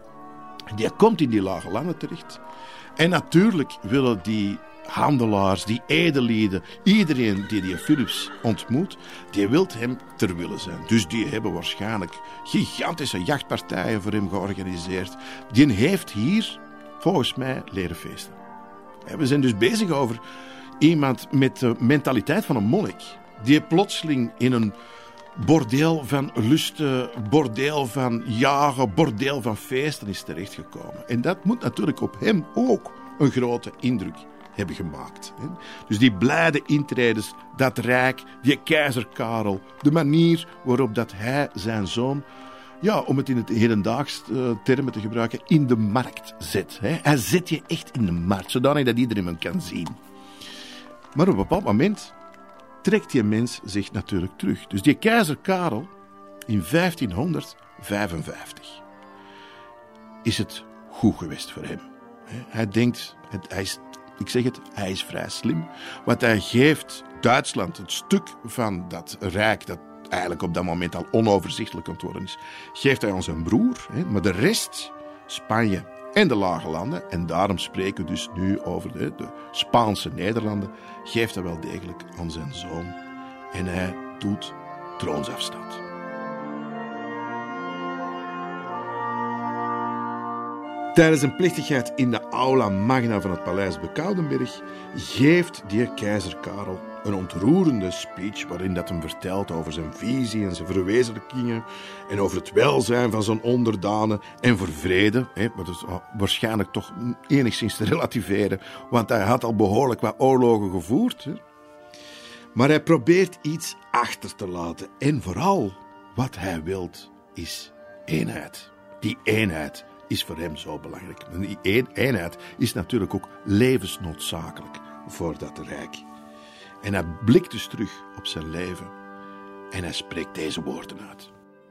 B: Die komt in die lage landen terecht. En natuurlijk willen die handelaars, die edellieden, iedereen die die Philips ontmoet, die wil hem ter wille zijn. Dus die hebben waarschijnlijk gigantische jachtpartijen voor hem georganiseerd. Die heeft hier, volgens mij, leren feesten. We zijn dus bezig over iemand met de mentaliteit van een monnik, die plotseling in een bordeel van lusten, bordeel van jagen, bordeel van feesten is terechtgekomen. En dat moet natuurlijk op hem ook een grote indruk hebben gemaakt. Dus die blijde intredens, dat rijk, die keizer Karel, de manier waarop dat hij zijn zoon, ja, om het in het hedendaags uh, termen te gebruiken, in de markt zet. Hè. Hij zet je echt in de markt, zodanig dat iedereen hem kan zien. Maar op een bepaald moment trekt die mens zich natuurlijk terug. Dus die keizer Karel, in vijftienhonderdvijfenvijftig, is het goed geweest voor hem. Hij denkt, hij is, ik zeg het, hij is vrij slim. Want hij geeft Duitsland, het stuk van dat rijk dat eigenlijk op dat moment al onoverzichtelijk aan het worden is, geeft hij aan zijn broer. Maar de rest, Spanje en de Lage Landen, en daarom spreken we dus nu over de, de Spaanse Nederlanden, geeft hij wel degelijk aan zijn zoon. En hij doet troonsafstand. Tijdens een plechtigheid in de aula magna van het paleis Bekoudenberg geeft die keizer Karel een ontroerende speech waarin dat hem vertelt over zijn visie en zijn verwezenlijkingen en over het welzijn van zijn onderdanen en voor vrede, hè, maar dat is waarschijnlijk toch enigszins te relativeren, want hij had al behoorlijk wat oorlogen gevoerd. Hè. Maar hij probeert iets achter te laten en vooral wat hij wil is eenheid. Die eenheid is voor hem zo belangrijk. En die eenheid is natuurlijk ook levensnoodzakelijk voor dat rijk. En hij blikt dus terug op zijn leven en hij spreekt deze woorden uit.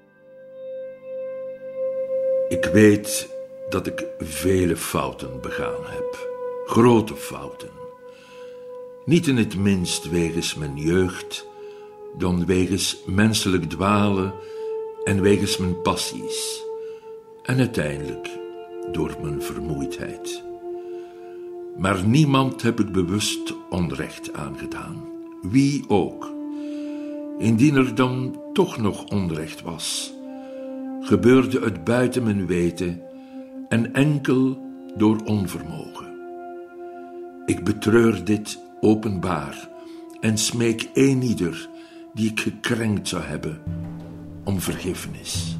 C: Ik weet dat ik vele fouten begaan heb. Grote fouten. Niet in het minst wegens mijn jeugd, dan wegens menselijk dwalen en wegens mijn passies. En uiteindelijk door mijn vermoeidheid. Maar niemand heb ik bewust onrecht aangedaan. Wie ook. Indien er dan toch nog onrecht was, gebeurde het buiten mijn weten en enkel door onvermogen. Ik betreur dit openbaar en smeek eenieder die ik gekrenkt zou hebben om vergiffenis.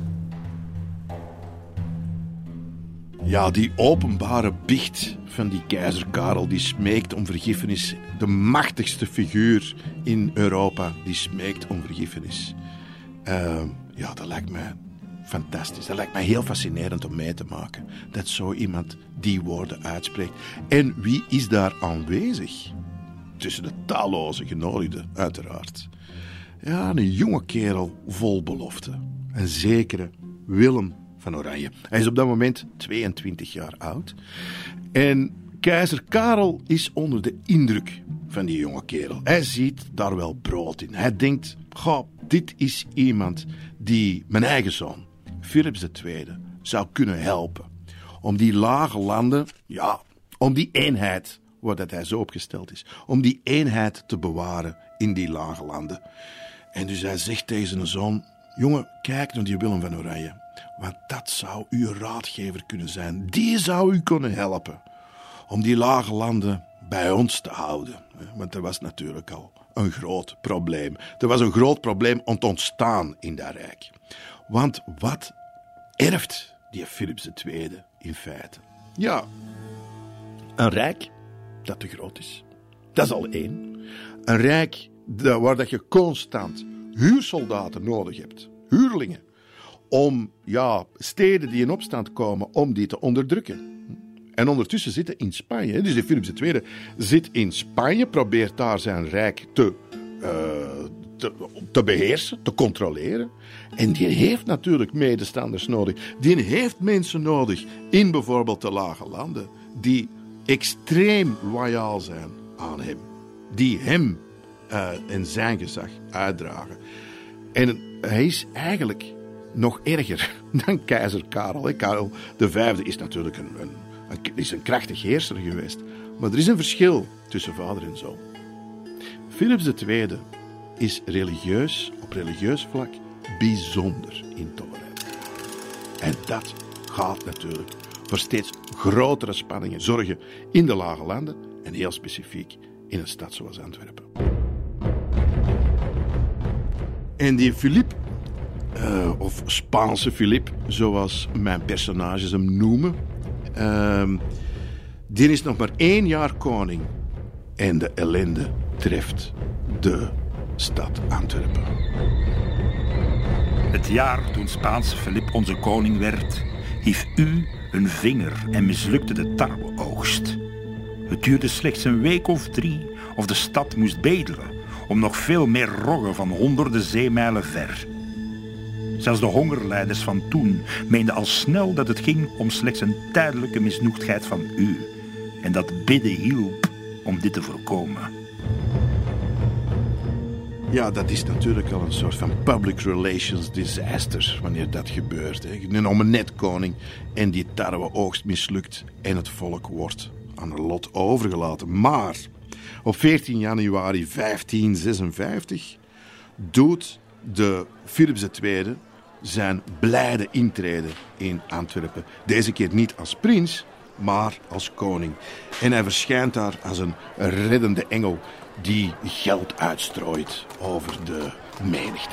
B: Ja, die openbare biecht van die keizer Karel, die smeekt om vergiffenis. De machtigste figuur in Europa, die smeekt om vergiffenis. Uh, ja, dat lijkt mij fantastisch. Dat lijkt mij heel fascinerend om mee te maken. Dat zo iemand die woorden uitspreekt. En wie is daar aanwezig? Tussen de talloze genodigden, uiteraard. Ja, een jonge kerel vol belofte. Een zekere Willem van Oranje. Hij is op dat moment tweeëntwintig jaar oud. En keizer Karel is onder de indruk van die jonge kerel. Hij ziet daar wel brood in. Hij denkt, goh, dit is iemand die mijn eigen zoon, Philips de Tweede, zou kunnen helpen. Om die lage landen, ja, om die eenheid, waar dat hij zo opgesteld is, om die eenheid te bewaren in die lage landen. En dus hij zegt tegen zijn zoon, jongen, kijk naar die Willem van Oranje. Want dat zou uw raadgever kunnen zijn. Die zou u kunnen helpen om die lage landen bij ons te houden. Want er was natuurlijk al een groot probleem. Er was een groot probleem om te ontstaan in dat rijk. Want wat erft die Philips de Tweede in feite? Ja, een rijk dat te groot is. Dat is al één. Een rijk waar dat je constant huursoldaten nodig hebt. Huurlingen. Om ja, steden die in opstand komen, om die te onderdrukken. En ondertussen zitten in Spanje. Dus de Philips de Tweede zit in Spanje, probeert daar zijn rijk te, uh, te, te beheersen, te controleren. En die heeft natuurlijk medestanders nodig. Die heeft mensen nodig in bijvoorbeeld de lage landen, die extreem loyaal zijn aan hem. Die hem uh, en zijn gezag uitdragen. En hij is eigenlijk nog erger dan keizer Karel. Hè. Karel de Vijfde is natuurlijk een, een, een, is een krachtig heerser geweest. Maar er is een verschil tussen vader en zoon. Philips de Tweede is religieus, op religieus vlak, bijzonder intolerant. En dat gaat natuurlijk voor steeds grotere spanningen zorgen in de lage landen en heel specifiek in een stad zoals Antwerpen. En die Philippe, uh, of Spaanse Philippe, zoals mijn personages hem noemen, uh, die is nog maar één jaar koning en de ellende treft de stad Antwerpen.
C: Het jaar toen Spaanse Philippe onze koning werd, hief u een vinger en mislukte de tarweoogst. Het duurde slechts een week of drie of de stad moest bedelen om nog veel meer roggen van honderden zeemijlen ver. Zelfs de hongerlijders van toen meenden al snel dat het ging om slechts een tijdelijke misnoegdheid van u en dat bidden hielp om dit te voorkomen.
B: Ja, dat is natuurlijk al een soort van public relations disaster wanneer dat gebeurt. Hè. Een omenetkoning en die tarweoogst mislukt en het volk wordt aan het lot overgelaten. Maar op veertien januari vijftienzesenvijftig doet de Philips de Tweede zijn blijde intrede in Antwerpen. Deze keer niet als prins, maar als koning. En hij verschijnt daar als een reddende engel die geld uitstrooit over de menigte.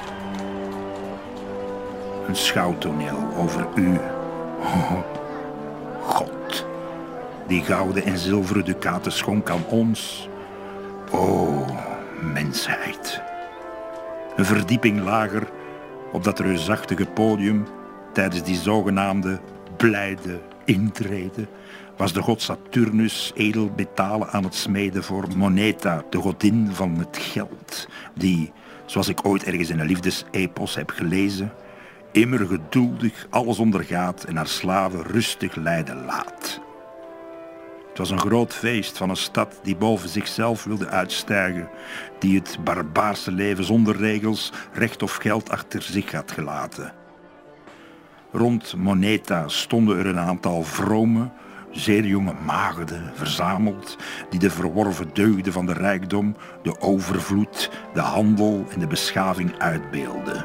C: Een schouwtoneel over u. Oh, God, die gouden en zilveren ducaten schonk aan ons. O, mensheid. Een verdieping lager op dat reusachtige podium tijdens die zogenaamde blijde intrede was de god Saturnus edel betalen aan het smeden voor Moneta, de godin van het geld, die, zoals ik ooit ergens in een liefdesepos heb gelezen, immer geduldig alles ondergaat en haar slaven rustig lijden laat. Het was een groot feest van een stad die boven zichzelf wilde uitstijgen, die het barbaarse leven zonder regels, recht of geld achter zich had gelaten. Rond Moneta stonden er een aantal vrome, zeer jonge maagden verzameld, die de verworven deugden van de rijkdom, de overvloed, de handel en de beschaving uitbeelden.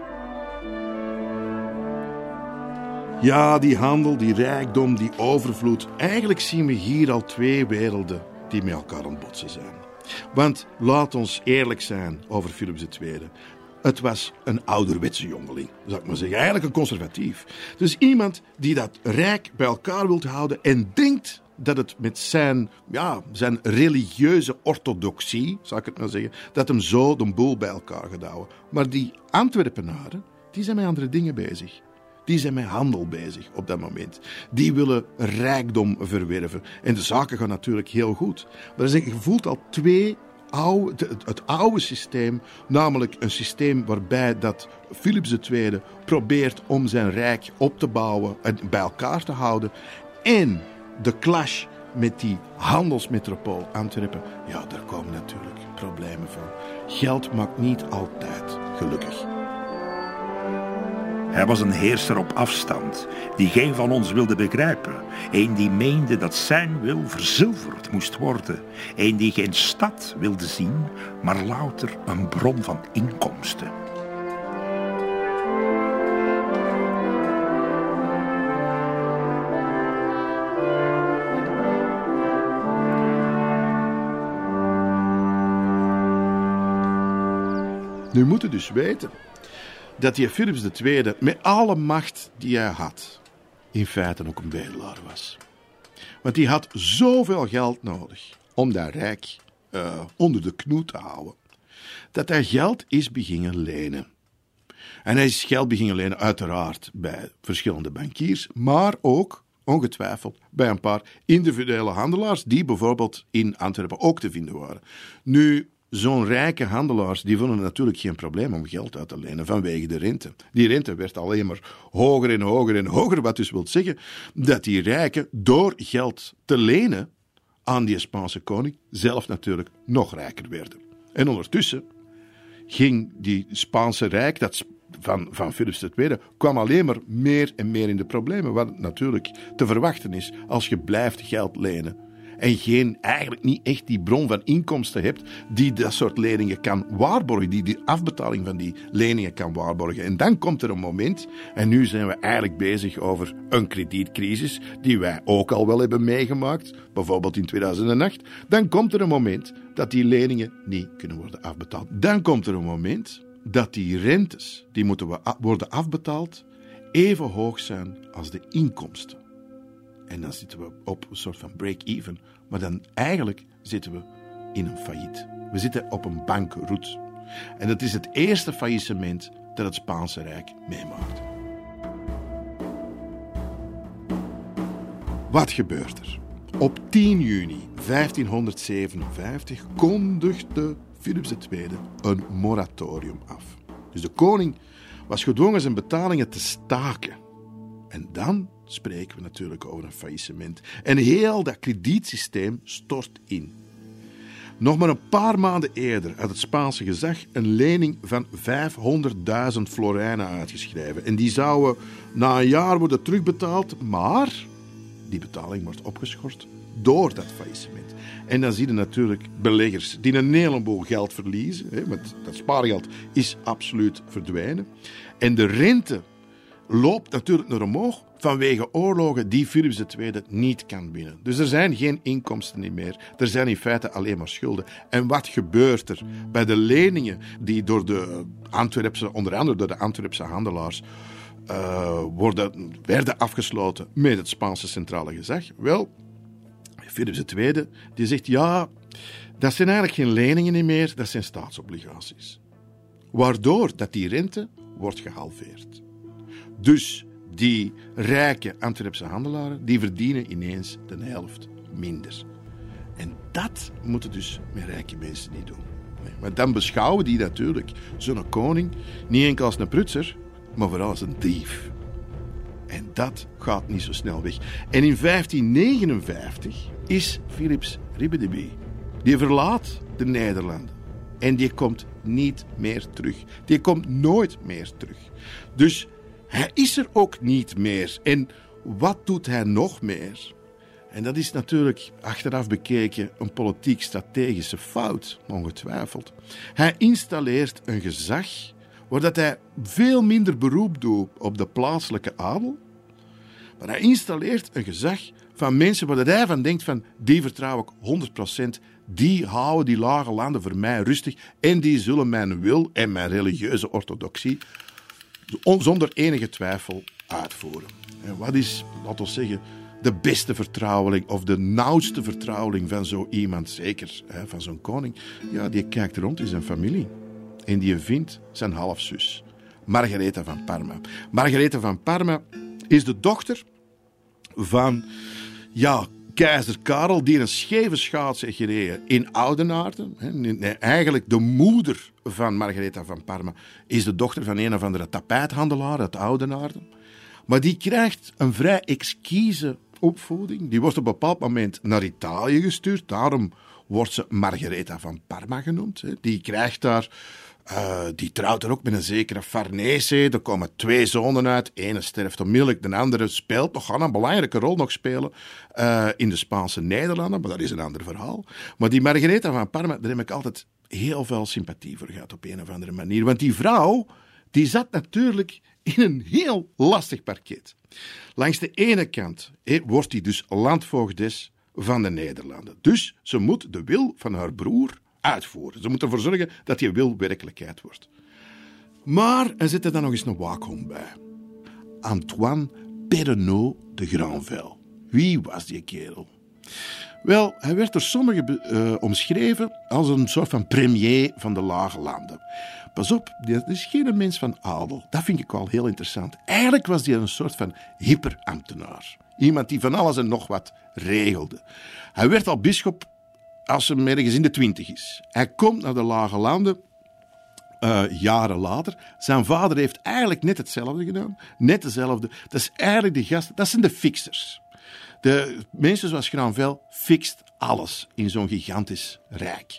B: Ja, die handel, die rijkdom, die overvloed. Eigenlijk zien we hier al twee werelden die met elkaar aan het botsen zijn. Want laat ons eerlijk zijn over Philips de Tweede. Het was een ouderwetse jongeling, zou ik maar zeggen. Eigenlijk een conservatief. Dus iemand die dat rijk bij elkaar wil houden en denkt dat het met zijn, ja, zijn religieuze orthodoxie, zou ik het maar zeggen, dat hem zo de boel bij elkaar gaat houden. Maar die Antwerpenaren, die zijn met andere dingen bezig. Die zijn met handel bezig op dat moment. Die willen rijkdom verwerven. En de zaken gaan natuurlijk heel goed. Maar je voelt al twee oude, het oude systeem, namelijk een systeem waarbij dat Philips de Tweede probeert om zijn rijk op te bouwen en bij elkaar te houden. En de clash met die handelsmetropool Antwerpen, ja, daar komen natuurlijk problemen van. Geld maakt niet altijd gelukkig.
C: Hij was een heerser op afstand, die geen van ons wilde begrijpen. Een die meende dat zijn wil verzilverd moest worden. Een die geen stad wilde zien, maar louter een bron van inkomsten.
B: Nu moet je dus weten dat die Philips de Tweede met alle macht die hij had, in feite ook een bedelaar was. Want die had zoveel geld nodig om dat rijk uh, onder de knoet te houden, dat hij geld is beginnen lenen. En hij is geld beginnen lenen uiteraard bij verschillende bankiers, maar ook ongetwijfeld bij een paar individuele handelaars die bijvoorbeeld in Antwerpen ook te vinden waren. Nu, zo'n rijke handelaars, die vonden natuurlijk geen probleem om geld uit te lenen vanwege de rente. Die rente werd alleen maar hoger en hoger en hoger, wat dus wil zeggen dat die rijken door geld te lenen aan die Spaanse koning zelf natuurlijk nog rijker werden. En ondertussen ging die Spaanse rijk, dat van, van Philips de Tweede, kwam alleen maar meer en meer in de problemen, wat natuurlijk te verwachten is als je blijft geld lenen en geen, eigenlijk niet echt die bron van inkomsten hebt die dat soort leningen kan waarborgen, die die afbetaling van die leningen kan waarborgen. En dan komt er een moment, en nu zijn we eigenlijk bezig over een kredietcrisis, die wij ook al wel hebben meegemaakt, bijvoorbeeld in tweeduizend acht, dan komt er een moment dat die leningen niet kunnen worden afbetaald. Dan komt er een moment dat die rentes, die moeten worden afbetaald, even hoog zijn als de inkomsten. En dan zitten we op een soort van break-even. Maar dan eigenlijk zitten we in een failliet. We zitten op een bankroet. En dat is het eerste faillissement dat het Spaanse Rijk meemaakt. Wat gebeurt er? Op tien juni vijftienhonderdzevenenvijftig kondigde Philips de Tweede een moratorium af. Dus de koning was gedwongen zijn betalingen te staken. En dan spreken we natuurlijk over een faillissement. En heel dat kredietsysteem stort in. Nog maar een paar maanden eerder had het Spaanse gezag een lening van vijfhonderdduizend florijnen uitgeschreven. En die zouden na een jaar worden terugbetaald, maar die betaling wordt opgeschort door dat faillissement. En dan zie je natuurlijk beleggers die een heleboel geld verliezen, hè, want dat spaargeld is absoluut verdwenen. En de rente loopt natuurlijk naar omhoog vanwege oorlogen die Philips de Tweede niet kan winnen. Dus er zijn geen inkomsten meer. Er zijn in feite alleen maar schulden. En wat gebeurt er bij de leningen die door de Antwerpse, onder andere door de Antwerpse handelaars, uh, worden, werden afgesloten met het Spaanse centrale gezag? Wel, Philips de Tweede die zegt, ja, dat zijn eigenlijk geen leningen meer, dat zijn staatsobligaties. Waardoor dat die rente wordt gehalveerd. Dus die rijke Antwerpse handelaren, die verdienen ineens de helft minder. En dat moeten dus met rijke mensen niet doen. Nee, maar dan beschouwen die natuurlijk zo'n koning niet enkel als een prutser, maar vooral als een dief. En dat gaat niet zo snel weg. En in vijftien negenenvijftig is Philips Ribadeby. Die verlaat de Nederlanden. En die komt niet meer terug. Die komt nooit meer terug. Dus hij is er ook niet meer. En wat doet hij nog meer? En dat is natuurlijk achteraf bekeken een politiek-strategische fout, ongetwijfeld. Hij installeert een gezag waar dat hij veel minder beroep doet op de plaatselijke adel. Maar hij installeert een gezag van mensen waar hij van denkt van, die vertrouw ik honderd procent, die houden die lage landen voor mij rustig en die zullen mijn wil en mijn religieuze orthodoxie zonder enige twijfel uitvoeren. En wat is, laten we zeggen, de beste vertrouweling of de nauwste vertrouweling van zo iemand, zeker hè, van zo'n koning? Ja, die kijkt rond in zijn familie en die vindt zijn halfzus, Margaretha van Parma. Margaretha van Parma is de dochter van, ja, keizer Karel, die een scheve schaats heeft gereden in Oudenaarde. Eigenlijk de moeder van Margaretha van Parma is de dochter van een of andere tapijthandelaar uit Oudenaarde. Maar die krijgt een vrij exquise opvoeding. Die wordt op een bepaald moment naar Italië gestuurd. Daarom wordt ze Margaretha van Parma genoemd. Die krijgt daar Uh, die trouwt er ook met een zekere Farnese. Er komen twee zonen uit. Ene sterft onmiddellijk, de andere speelt nog, gaat een belangrijke rol nog spelen uh, in de Spaanse Nederlanden, maar dat is een ander verhaal. Maar die Margaretha van Parma, daar heb ik altijd heel veel sympathie voor gehad op een of andere manier. Want die vrouw, die zat natuurlijk in een heel lastig parket. Langs de ene kant he, wordt die dus landvoogdes van de Nederlanden. Dus ze moet de wil van haar broer uitvoeren. Ze moet ervoor zorgen dat die wil werkelijkheid wordt. Maar er zit er dan nog eens een waakhond bij. Antoine Perrenot de Granvelle. Wie was die kerel? Wel, hij werd door sommigen uh, omschreven als een soort van premier van de lage landen. Pas op, dat is geen mens van adel. Dat vind ik wel heel interessant. Eigenlijk was hij een soort van hyperambtenaar. Iemand die van alles en nog wat regelde. Hij werd al bisschop als hij ergens in de twintig is. Hij komt naar de lage landen uh, jaren later. Zijn vader heeft eigenlijk net hetzelfde gedaan. Net dezelfde. Dat is eigenlijk de gasten. Dat zijn de fixers. De mensen zoals Granvelle fixt alles in zo'n gigantisch rijk.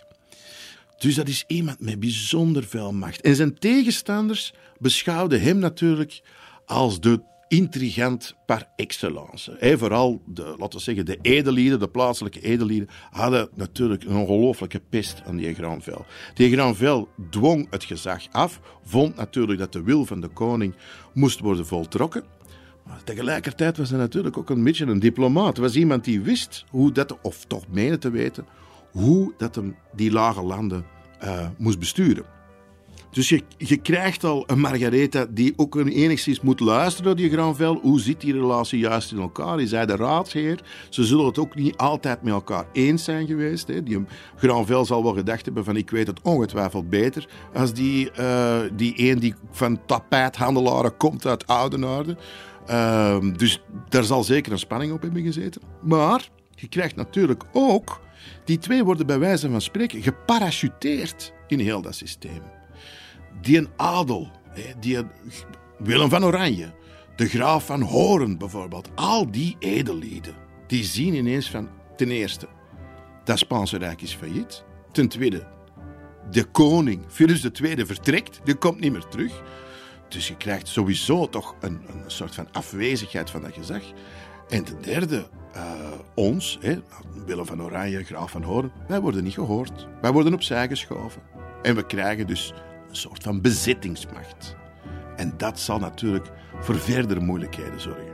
B: Dus dat is iemand met bijzonder veel macht. En zijn tegenstanders beschouwden hem natuurlijk als de intrigant par excellence. He, vooral de, laten we zeggen, de edellieden, de plaatselijke edellieden, hadden natuurlijk een ongelooflijke pest aan die Granvelle. Die Granvelle dwong het gezag af, vond natuurlijk dat de wil van de koning moest worden voltrokken. Maar tegelijkertijd was hij natuurlijk ook een beetje een diplomaat. Hij was iemand die wist hoe dat, of toch meende te weten, hoe dat hem die lage landen uh, moest besturen. Dus je, je krijgt al een Margaretha die ook enigszins moet luisteren naar die Granvelle. Hoe zit die relatie juist in elkaar? Is hij de raadsheer? Ze zullen het ook niet altijd met elkaar eens zijn geweest. Hè. Die Granvelle zal wel gedacht hebben van ik weet het ongetwijfeld beter als die, uh, die een die van tapijthandelaren komt uit Oudenaarde. Uh, dus daar zal zeker een spanning op hebben gezeten. Maar je krijgt natuurlijk ook, die twee worden bij wijze van spreken geparachuteerd in heel dat systeem. Die een adel, die een Willem van Oranje, de graaf van Hoorn bijvoorbeeld, al die edellieden, die zien ineens van, ten eerste, dat Spaanse Rijk is failliet. Ten tweede, de koning, Philips de Tweede, vertrekt, die komt niet meer terug. Dus je krijgt sowieso toch een, een soort van afwezigheid van dat gezag. En ten derde, uh, ons, hè, Willem van Oranje, graaf van Hoorn, wij worden niet gehoord. Wij worden opzij geschoven. En we krijgen dus een soort van bezittingsmacht. En dat zal natuurlijk voor verdere moeilijkheden zorgen.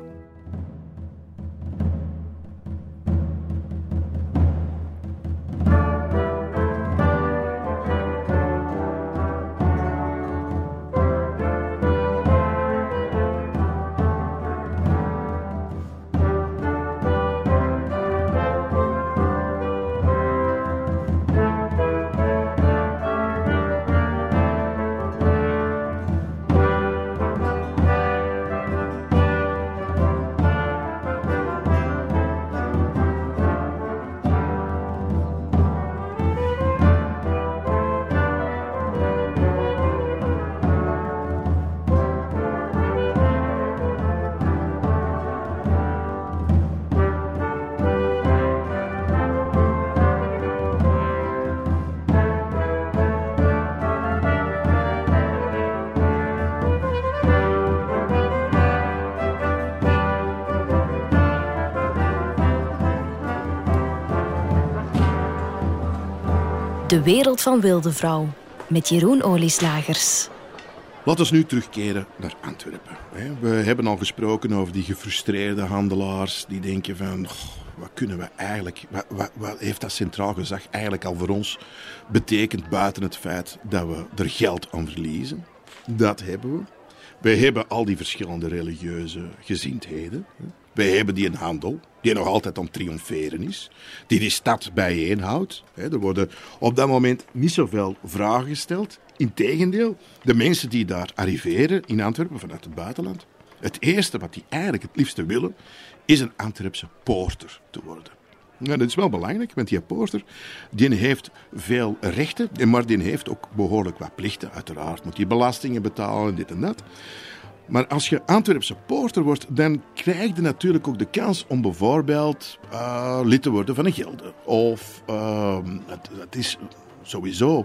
A: De wereld van Wildevrouw met Jeroen Olieslagers.
B: Laten we nu terugkeren naar Antwerpen. We hebben al gesproken over die gefrustreerde handelaars die denken van, oh, wat kunnen we eigenlijk, wat, wat, wat heeft dat centraal gezag eigenlijk al voor ons betekend buiten het feit dat we er geld aan verliezen? Dat hebben we. Wij hebben al die verschillende religieuze gezindheden. Wij hebben die een handel, die nog altijd aan het triomferen is, die die stad bijeenhoudt. Er worden op dat moment niet zoveel vragen gesteld. Integendeel, de mensen die daar arriveren in Antwerpen vanuit het buitenland, het eerste wat die eigenlijk het liefste willen, is een Antwerpse poorter te worden. Nou, dat is wel belangrijk, want die poorter die heeft veel rechten, maar die heeft ook behoorlijk wat plichten. Uiteraard moet hij belastingen betalen, dit en dat. Maar als je Antwerpse poorter wordt, dan krijg je natuurlijk ook de kans om bijvoorbeeld uh, lid te worden van een gilde. Of uh, het, het is sowieso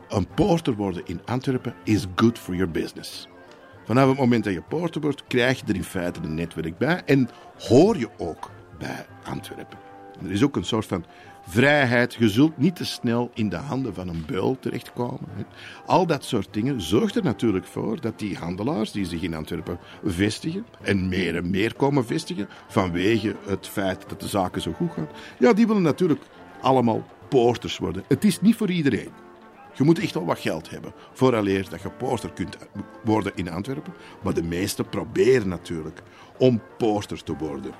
B: een poorter worden in Antwerpen is good for your business. Vanaf het moment dat je poorter wordt, krijg je er in feite een netwerk bij en hoor je ook bij Antwerpen. Er is ook een soort van vrijheid. Je zult niet te snel in de handen van een beul terechtkomen. Al dat soort dingen zorgt er natuurlijk voor dat die handelaars die zich in Antwerpen vestigen en meer en meer komen vestigen vanwege het feit dat de zaken zo goed gaan, ja, die willen natuurlijk allemaal poorters worden. Het is niet voor iedereen. Je moet echt wel wat geld hebben vooraleer dat je poorter kunt worden in Antwerpen. Maar de meesten proberen natuurlijk om poorter te worden.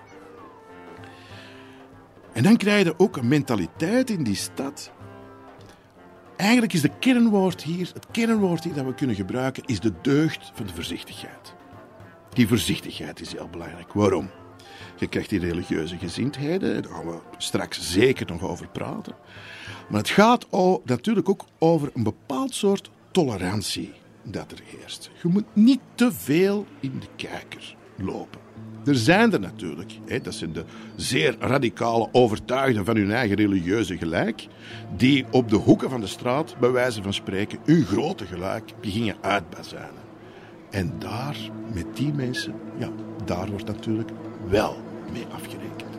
B: En dan krijg je ook een mentaliteit in die stad. Eigenlijk is de kernwoord hier, het kernwoord hier dat we kunnen gebruiken, is de deugd van de voorzichtigheid. Die voorzichtigheid is heel belangrijk. Waarom? Je krijgt die religieuze gezindheden, daar gaan we straks zeker nog over praten. Maar het gaat ook, natuurlijk ook over een bepaald soort tolerantie dat er heerst. Je moet niet te veel in de kijker lopen. Er zijn er natuurlijk, hè, dat zijn de zeer radicale overtuigden van hun eigen religieuze gelijk, die op de hoeken van de straat, bij wijze van spreken, hun grote gelijk gingen uitbazuinen. En daar, met die mensen, ja, daar wordt natuurlijk wel mee afgerekend.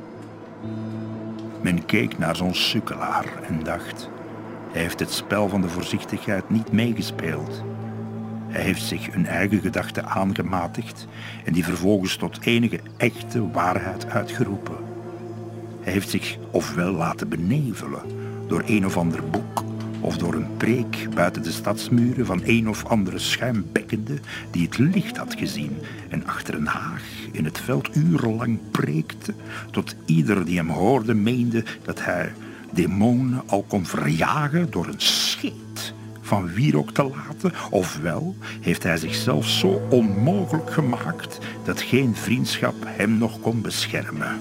C: Men keek naar zo'n sukkelaar en dacht, hij heeft het spel van de voorzichtigheid niet meegespeeld. Hij heeft zich een eigen gedachte aangematigd en die vervolgens tot enige echte waarheid uitgeroepen. Hij heeft zich ofwel laten benevelen door een of ander boek of door een preek buiten de stadsmuren van een of andere schuimbekkende die het licht had gezien en achter een haag in het veld urenlang preekte tot ieder die hem hoorde meende dat hij demonen al kon verjagen door een scheet van wierook te laten, ofwel heeft hij zichzelf zo onmogelijk gemaakt dat geen vriendschap hem nog kon beschermen.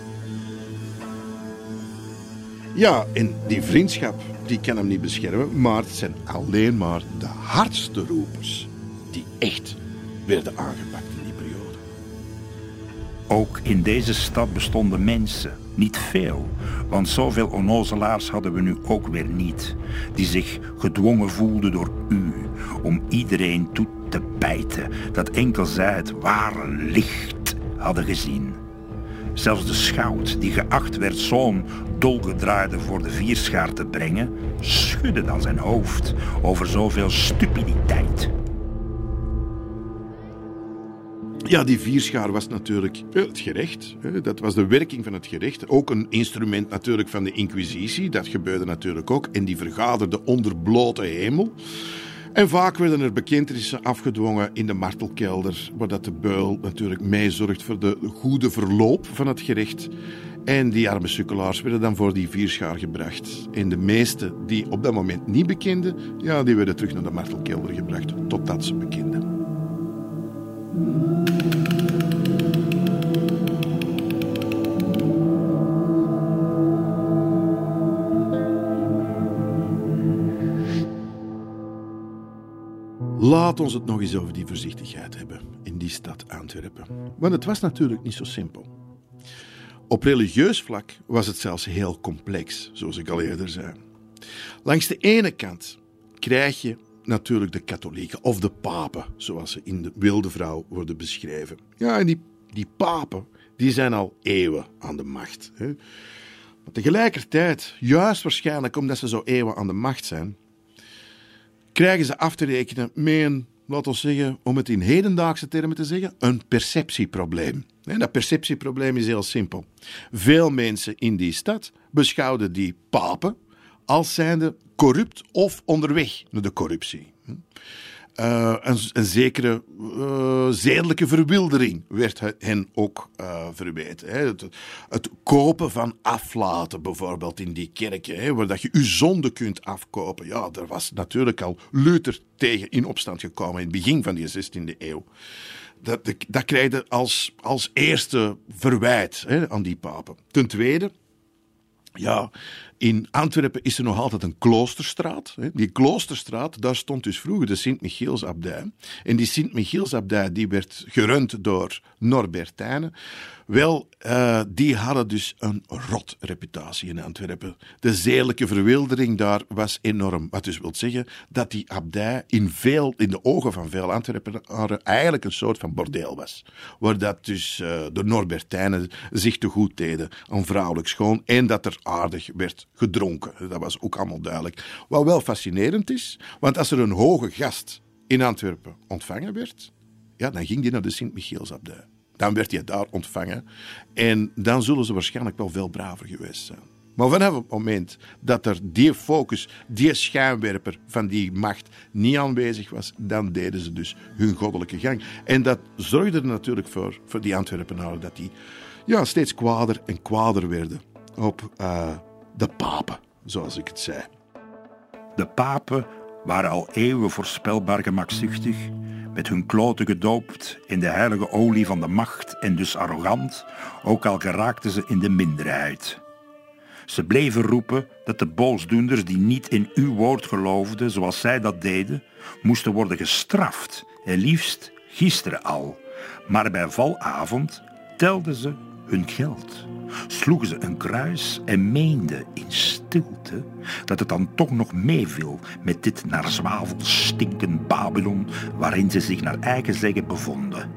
B: Ja, en die vriendschap die kan hem niet beschermen, maar het zijn alleen maar de hardste roepers die echt werden aangepakt in die periode.
C: Ook in deze stad bestonden mensen, niet veel, want zoveel onnozelaars hadden we nu ook weer niet, die zich gedwongen voelden door u om iedereen toe te bijten dat enkel zij het ware licht hadden gezien. Zelfs de schout, die geacht werd zo'n dolgedraaide voor de vierschaar te brengen, schudde dan zijn hoofd over zoveel stupiditeit.
B: Ja, die vierschaar was natuurlijk het gerecht. Dat was de werking van het gerecht. Ook een instrument natuurlijk van de inquisitie. Dat gebeurde natuurlijk ook. En die vergaderde onder blote hemel. En vaak werden er bekentenissen afgedwongen in de martelkelder, waar dat de beul natuurlijk meezorgt voor de goede verloop van het gerecht. En die arme sukkelaars werden dan voor die vierschaar gebracht. En de meesten die op dat moment niet bekenden, ja, die werden terug naar de martelkelder gebracht, totdat ze bekenden. Laat ons het nog eens over die voorzichtigheid hebben in die stad Antwerpen. Want het was natuurlijk niet zo simpel. Op religieus vlak was het zelfs heel complex, zoals ik al eerder zei. Langs de ene kant krijg je natuurlijk de katholieken, of de papen, zoals ze in de Wilde Vrouw worden beschreven. Ja, en die, die papen, die zijn al eeuwen aan de macht. Hè. Maar tegelijkertijd, juist waarschijnlijk omdat ze zo eeuwen aan de macht zijn, krijgen ze af te rekenen met een, laten we zeggen, om het in hedendaagse termen te zeggen, een perceptieprobleem. En dat perceptieprobleem is heel simpel. Veel mensen in die stad beschouwden die papen als zijnde corrupt of onderweg naar de corruptie. Uh, een, een zekere uh, zedelijke verwildering werd hen ook uh, verweten. Hè. Het, het kopen van aflaten bijvoorbeeld in die kerken, hè, waar dat je je zonde kunt afkopen. Ja, daar was natuurlijk al Luther tegen in opstand gekomen in het begin van die zestiende eeuw. Dat, dat krijg je als, als eerste verwijt, hè, aan die papen. Ten tweede, ja, In Antwerpen is er nog altijd een kloosterstraat. Die kloosterstraat, daar stond dus vroeger de Sint-Michielsabdij. En die Sint-Michielsabdij die werd gerund door Norbertijnen. Wel, uh, die hadden dus een rot reputatie in Antwerpen. De zedelijke verwildering daar was enorm. Wat dus wil zeggen dat die abdij in, veel, in de ogen van veel Antwerpenaren eigenlijk een soort van bordeel was. Waar dat dus uh, de Norbertijnen zich te goed deden aan vrouwelijk schoon en dat er aardig werd gedronken. Dat was ook allemaal duidelijk. Wat wel fascinerend is, want als er een hoge gast in Antwerpen ontvangen werd, ja, dan ging die naar de Sint-Michielsabdij. Dan werd hij daar ontvangen en dan zullen ze waarschijnlijk wel veel braver geweest zijn. Maar vanaf het moment dat er die focus, die schijnwerper van die macht niet aanwezig was, dan deden ze dus hun goddelijke gang. En dat zorgde er natuurlijk voor, voor die Antwerpenaren, dat die ja, steeds kwader en kwader werden op uh, de papen, zoals ik het zei.
C: De papen waren al eeuwen voorspelbaar gemakzuchtig, met hun kloten gedoopt in de heilige olie van de macht en dus arrogant, ook al geraakten ze in de minderheid. Ze bleven roepen dat de boosdoenders die niet in uw woord geloofden, zoals zij dat deden, moesten worden gestraft, en liefst gisteren al. Maar bij valavond telden ze hun geld, sloegen ze een kruis en meenden in stilte dat het dan toch nog meeviel met dit naar zwavel stinkend Babylon waarin ze zich naar eigen zeggen bevonden.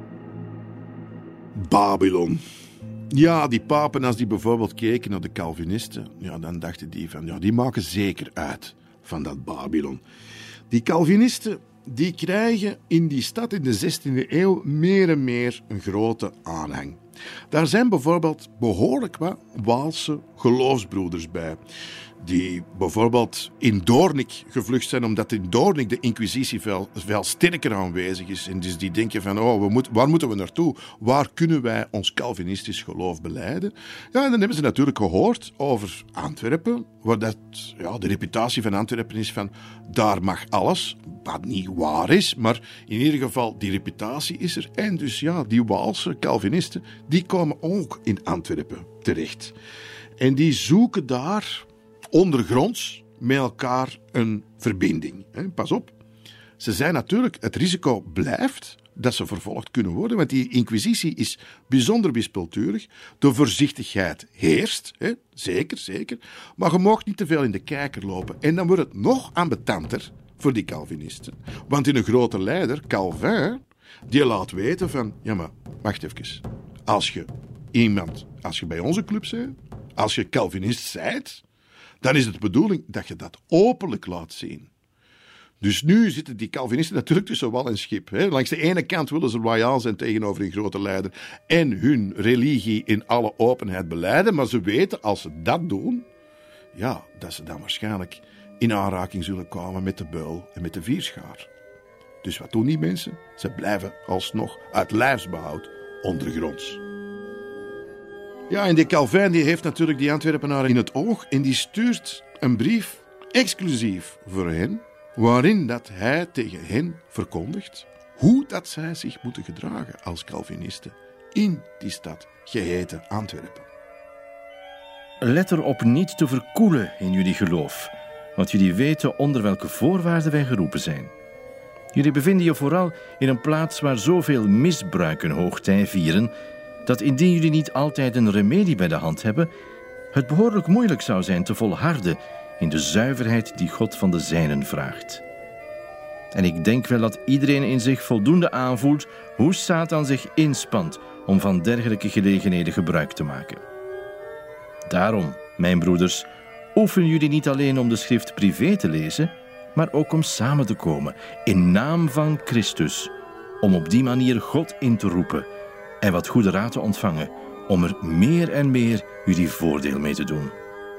B: Babylon. Ja, die papen, als die bijvoorbeeld keken naar de Calvinisten, ja, dan dachten die van, ja, die maken zeker uit van dat Babylon. Die Calvinisten, die krijgen in die stad in de zestiende eeuw meer en meer een grote aanhang. Daar zijn bijvoorbeeld behoorlijk wat Waalse geloofsbroeders bij, die bijvoorbeeld in Doornik gevlucht zijn, omdat in Doornik de inquisitie veel, veel sterker aanwezig is. En dus die denken van, oh, we moet, waar moeten we naartoe? Waar kunnen wij ons Calvinistisch geloof belijden? Ja, en dan hebben ze natuurlijk gehoord over Antwerpen, waar dat, ja, de reputatie van Antwerpen is van, daar mag alles, wat niet waar is, maar in ieder geval, die reputatie is er. En dus ja, die Waalse Calvinisten, die komen ook in Antwerpen terecht. En die zoeken daar ondergronds met elkaar een verbinding. Pas op, ze zijn natuurlijk, het risico blijft dat ze vervolgd kunnen worden, want die inquisitie is bijzonder wispelturig. De voorzichtigheid heerst, hè? zeker, zeker, maar je mag niet te veel in de kijker lopen. En dan wordt het nog ambetanter voor die Calvinisten. Want in een grote leider, Calvin, die laat weten van, ja maar, wacht even, als je iemand, als je bij onze club bent, als je Calvinist bent, dan is het de bedoeling dat je dat openlijk laat zien. Dus nu zitten die Calvinisten natuurlijk tussen wal en schip. Hè. Langs de ene kant willen ze loyaal zijn tegenover een grote leider en hun religie in alle openheid belijden, maar ze weten, als ze dat doen, ja, dat ze dan waarschijnlijk in aanraking zullen komen met de beul en met de vierschaar. Dus wat doen die mensen? Ze blijven alsnog uit lijfsbehoud ondergronds. Ja, en die Calvin die heeft natuurlijk die Antwerpenaren in het oog en die stuurt een brief exclusief voor hen, waarin dat hij tegen hen verkondigt hoe dat zij zich moeten gedragen als Calvinisten in die stad geheten Antwerpen.
D: Let erop niet te verkoelen in jullie geloof, want jullie weten onder welke voorwaarden wij geroepen zijn. Jullie bevinden je vooral in een plaats waar zoveel misbruiken hoogtij vieren, dat indien jullie niet altijd een remedie bij de hand hebben, het behoorlijk moeilijk zou zijn te volharden in de zuiverheid die God van de zijnen vraagt. En ik denk wel dat iedereen in zich voldoende aanvoelt hoe Satan zich inspant om van dergelijke gelegenheden gebruik te maken. Daarom, mijn broeders, oefenen jullie niet alleen om de schrift privé te lezen, maar ook om samen te komen in naam van Christus, om op die manier God in te roepen en wat goede raad te ontvangen, om er meer en meer jullie voordeel mee te doen.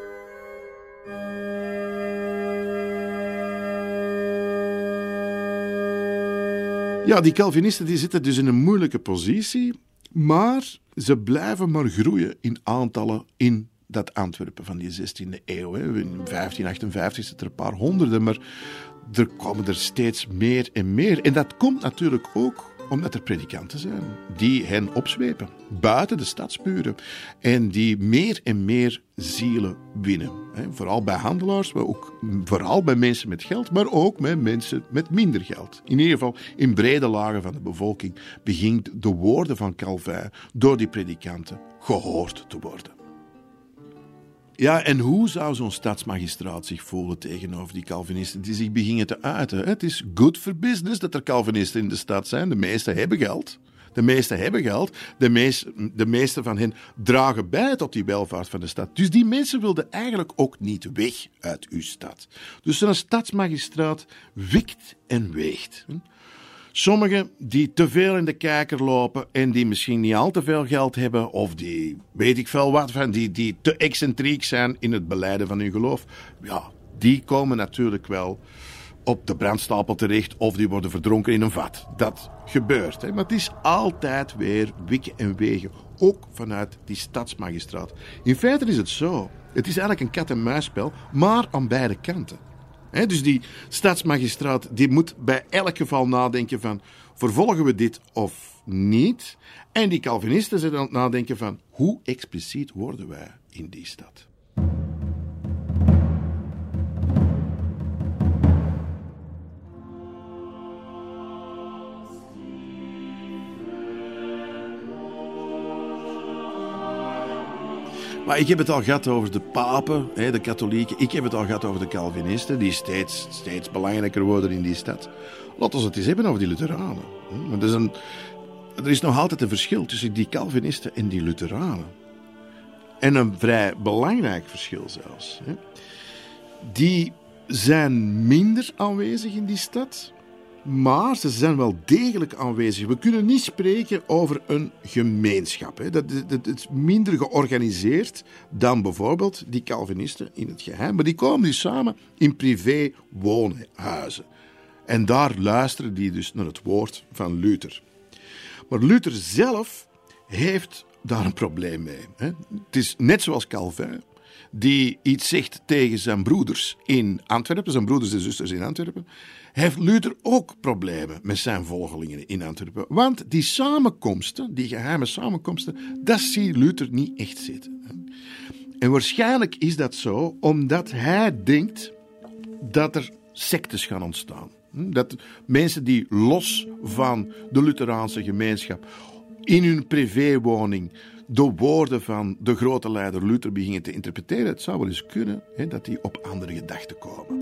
B: Ja, die Calvinisten die zitten dus in een moeilijke positie, maar ze blijven maar groeien in aantallen in dat Antwerpen van die zestiende eeuw. In vijftien achtenvijftig zitten er een paar honderden, maar er komen er steeds meer en meer. En dat komt natuurlijk ook Omdat er predikanten zijn die hen opzwepen, buiten de stadsmuren. En die meer en meer zielen winnen. Vooral bij handelaars, maar ook vooral bij mensen met geld, maar ook bij mensen met minder geld. In ieder geval in brede lagen van de bevolking begint de woorden van Calvin door die predikanten gehoord te worden. Ja, en hoe zou zo'n stadsmagistraat zich voelen tegenover die Calvinisten die zich beginnen te uiten? Het is good for business dat er Calvinisten in de stad zijn. De meesten hebben geld. De meesten hebben geld. De, meest, de meeste van hen dragen bij tot die welvaart van de stad. Dus die mensen wilden eigenlijk ook niet weg uit uw stad. Dus zo'n stadsmagistraat wikt en weegt. Sommigen die te veel in de kijker lopen en die misschien niet al te veel geld hebben of die, weet ik veel wat, van die, die te excentriek zijn in het belijden van hun geloof, ja, die komen natuurlijk wel op de brandstapel terecht of die worden verdronken in een vat. Dat gebeurt. Hè? Maar het is altijd weer wikken en wegen, ook vanuit die stadsmagistraat. In feite is het zo. Het is eigenlijk een kat-en-muisspel, maar aan beide kanten. He, dus die stadsmagistraat die moet bij elk geval nadenken van, vervolgen we dit of niet? En die Calvinisten zijn aan het nadenken van, hoe expliciet worden wij in die stad? Maar ik heb het al gehad over de papen, de katholieken. Ik heb het al gehad over de Calvinisten, die steeds, steeds belangrijker worden in die stad. Laten we het eens hebben over die Lutheranen. Er is, een, er is nog altijd een verschil tussen die Calvinisten en die Lutheranen. En een vrij belangrijk verschil zelfs. Die zijn minder aanwezig in die stad, maar ze zijn wel degelijk aanwezig. We kunnen niet spreken over een gemeenschap. Hè. Dat, dat, dat is minder georganiseerd dan bijvoorbeeld die Calvinisten in het geheim. Maar die komen dus samen in privé woonhuizen. En daar luisteren die dus naar het woord van Luther. Maar Luther zelf heeft daar een probleem mee. Hè. Het is net zoals Calvin, die iets zegt tegen zijn broeders in Antwerpen, zijn broeders en zusters in Antwerpen, heeft Luther ook problemen met zijn volgelingen in Antwerpen. Want die samenkomsten, die geheime samenkomsten, dat ziet Luther niet echt zitten. En waarschijnlijk is dat zo omdat hij denkt dat er sectes gaan ontstaan. Dat mensen die los van de Lutheraanse gemeenschap in hun privéwoning de woorden van de grote leider Luther beginnen te interpreteren, het zou wel eens kunnen hè, dat die op andere gedachten komen.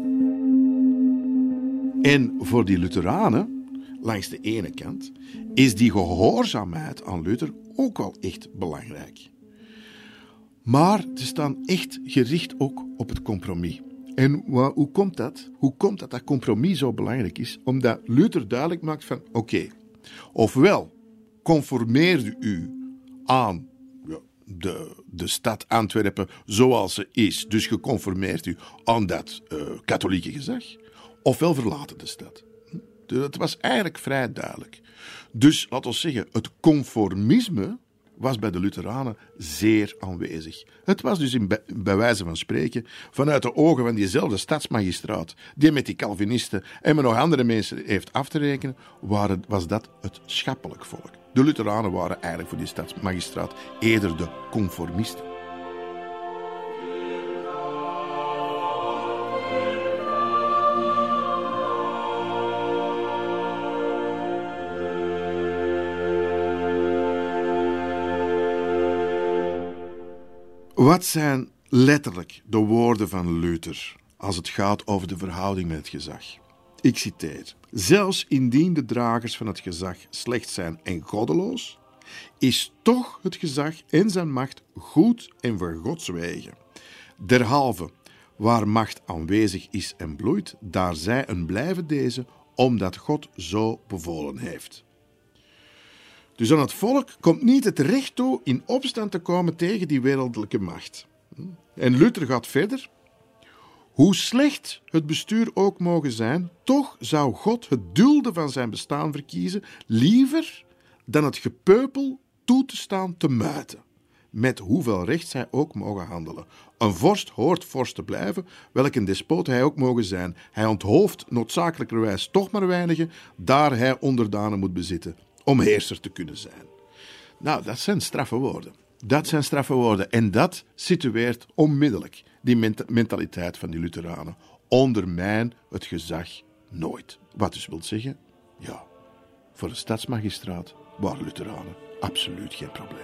B: En voor die Lutheranen, langs de ene kant, is die gehoorzaamheid aan Luther ook wel echt belangrijk. Maar ze staan echt gericht ook op het compromis. En hoe komt dat? Hoe komt dat dat compromis zo belangrijk is? Omdat Luther duidelijk maakt van, oké, okay, ofwel conformeerde u aan de, de stad Antwerpen zoals ze is, dus geconformeerd u aan dat uh, katholieke gezag, ofwel verlaten de stad. Dat was eigenlijk vrij duidelijk. Dus, laten we zeggen, het conformisme was bij de Lutheranen zeer aanwezig. Het was dus in, bij wijze van spreken vanuit de ogen van diezelfde stadsmagistraat die met die Calvinisten en met nog andere mensen heeft af te rekenen, waren, was dat het schappelijk volk. De Lutheranen waren eigenlijk voor die stadsmagistraat eerder de conformisten. Wat zijn letterlijk de woorden van Luther als het gaat over de verhouding met het gezag? Ik citeer. Zelfs indien de dragers van het gezag slecht zijn en goddeloos, is toch het gezag en zijn macht goed en voor Gods wegen. Derhalve, waar macht aanwezig is en bloeit, daar zij een blijven deze, omdat God zo bevolen heeft. Dus aan het volk komt niet het recht toe in opstand te komen tegen die wereldlijke macht. En Luther gaat verder. Hoe slecht het bestuur ook mogen zijn, toch zou God het dulden van zijn bestaan verkiezen, liever dan het gepeupel toe te staan te muiten, met hoeveel recht zij ook mogen handelen. Een vorst hoort vorst te blijven, welk een despoot hij ook mogen zijn. Hij onthoofdt noodzakelijkerwijs toch maar weinigen, daar hij onderdanen moet bezitten. om heerser te kunnen zijn. Nou, dat zijn straffe woorden. Dat zijn straffe woorden. En dat situeert onmiddellijk die ment- mentaliteit van die Lutheranen. Ondermijn het gezag nooit. Wat dus wil zeggen, ja, voor de stadsmagistraat waren Lutheranen absoluut geen probleem.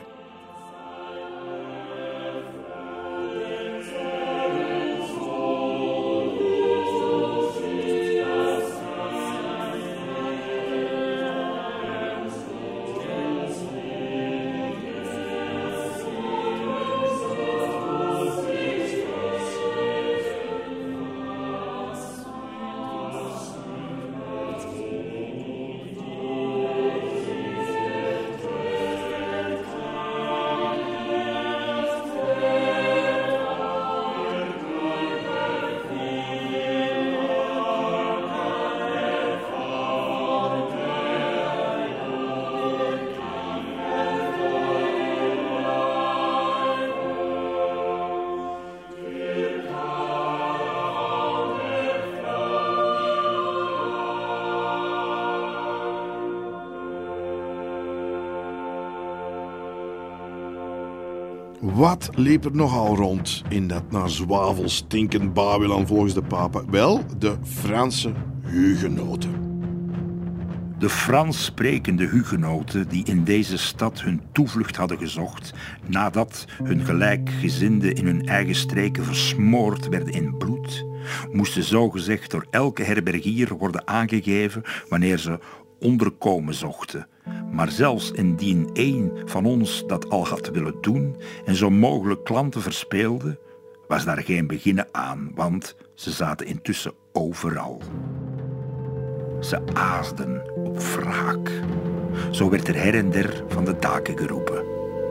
B: Wat liep er nogal rond in dat naar zwavel stinkend Babylon volgens de papa? Wel, de Franse hugenoten.
C: De Frans sprekende hugenoten die in deze stad hun toevlucht hadden gezocht nadat hun gelijkgezinden in hun eigen streken versmoord werden in bloed, moesten zogezegd door elke herbergier worden aangegeven wanneer ze onderkomen zochten. Maar zelfs indien één van ons dat al had willen doen en zo mogelijk klanten verspeelde, was daar geen beginnen aan, want ze zaten intussen overal. Ze aasden op wraak. Zo werd er her en der van de daken geroepen.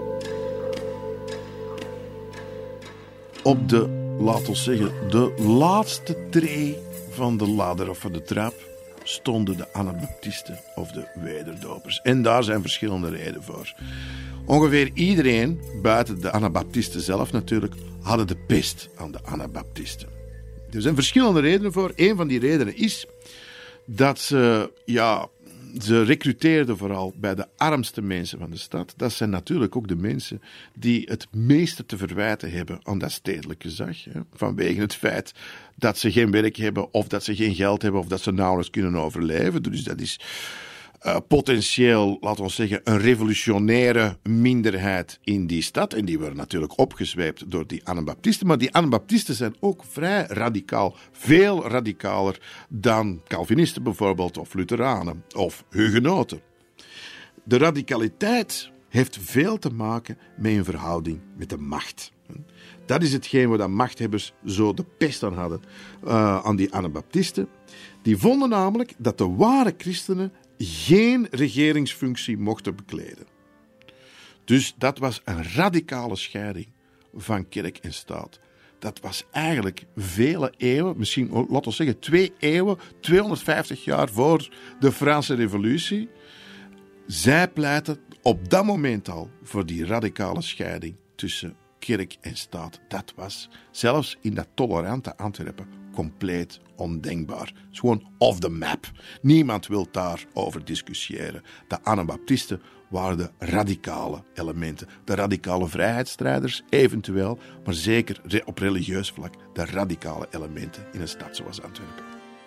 B: Op de, laten we zeggen, de laatste tree van de ladder of van de trap stonden de Anabaptisten of de wederdopers. En daar zijn verschillende redenen voor. Ongeveer iedereen, buiten de Anabaptisten zelf natuurlijk, hadden de pest aan de Anabaptisten. Er zijn verschillende redenen voor. Een van die redenen is dat ze, ja, ze recruteerden vooral bij de armste mensen van de stad. Dat zijn natuurlijk ook de mensen die het meeste te verwijten hebben aan dat stedelijk gezag. Hè, vanwege het feit dat ze geen werk hebben, of dat ze geen geld hebben, of dat ze nauwelijks kunnen overleven. Dus dat is uh, potentieel, laten we zeggen, een revolutionaire minderheid in die stad. En die worden natuurlijk opgezweept door die Anabaptisten. Maar die Anabaptisten zijn ook vrij radicaal. Veel radicaler dan Calvinisten bijvoorbeeld, of Lutheranen, of Hugenoten. De radicaliteit heeft veel te maken met een verhouding met de macht. Dat is hetgeen waar de machthebbers zo de pest aan hadden, uh, aan die Anabaptisten. Die vonden namelijk dat de ware christenen geen regeringsfunctie mochten bekleden. Dus dat was een radicale scheiding van kerk en staat. Dat was eigenlijk vele eeuwen, misschien laten we zeggen twee eeuwen, tweehonderdvijftig jaar voor de Franse Revolutie. Zij pleiten op dat moment al voor die radicale scheiding tussen kerk en staat. Dat was zelfs in dat tolerante Antwerpen compleet ondenkbaar. Het is gewoon off the map. Niemand wil daarover discussiëren. De Anabaptisten waren de radicale elementen. De radicale vrijheidsstrijders eventueel, maar zeker op religieus vlak de radicale elementen in een stad zoals Antwerpen.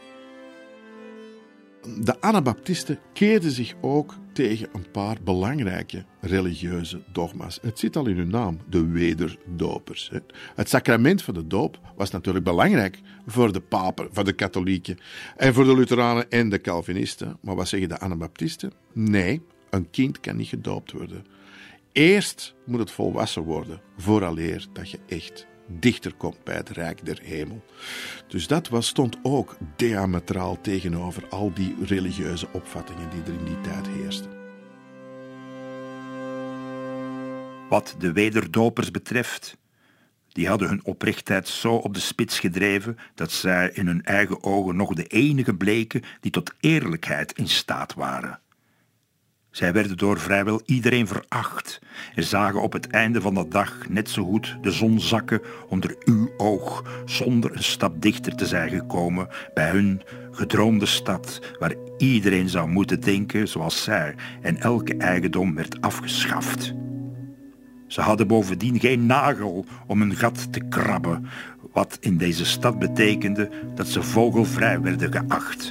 B: De Anabaptisten keerden zich ook tegen een paar belangrijke religieuze dogma's. Het zit al in hun naam, de wederdopers. Het sacrament van de doop was natuurlijk belangrijk voor de papen, voor de katholieken en voor de Lutheranen en de Calvinisten. Maar wat zeggen de Anabaptisten? Nee, een kind kan niet gedoopt worden. Eerst moet het volwassen worden, vooraleer dat je echt dichter komt bij het Rijk der Hemel. Dus dat was, stond ook diametraal tegenover al die religieuze opvattingen die er in die tijd heersten.
C: Wat de wederdopers betreft, die hadden hun oprechtheid zo op de spits gedreven dat zij in hun eigen ogen nog de enige bleken die tot eerlijkheid in staat waren. Zij werden door vrijwel iedereen veracht en zagen op het einde van de dag net zo goed de zon zakken onder uw oog, zonder een stap dichter te zijn gekomen bij hun gedroomde stad waar iedereen zou moeten denken zoals zij en elke eigendom werd afgeschaft. Ze hadden bovendien geen nagel om een gat te krabben, wat in deze stad betekende dat ze vogelvrij werden geacht.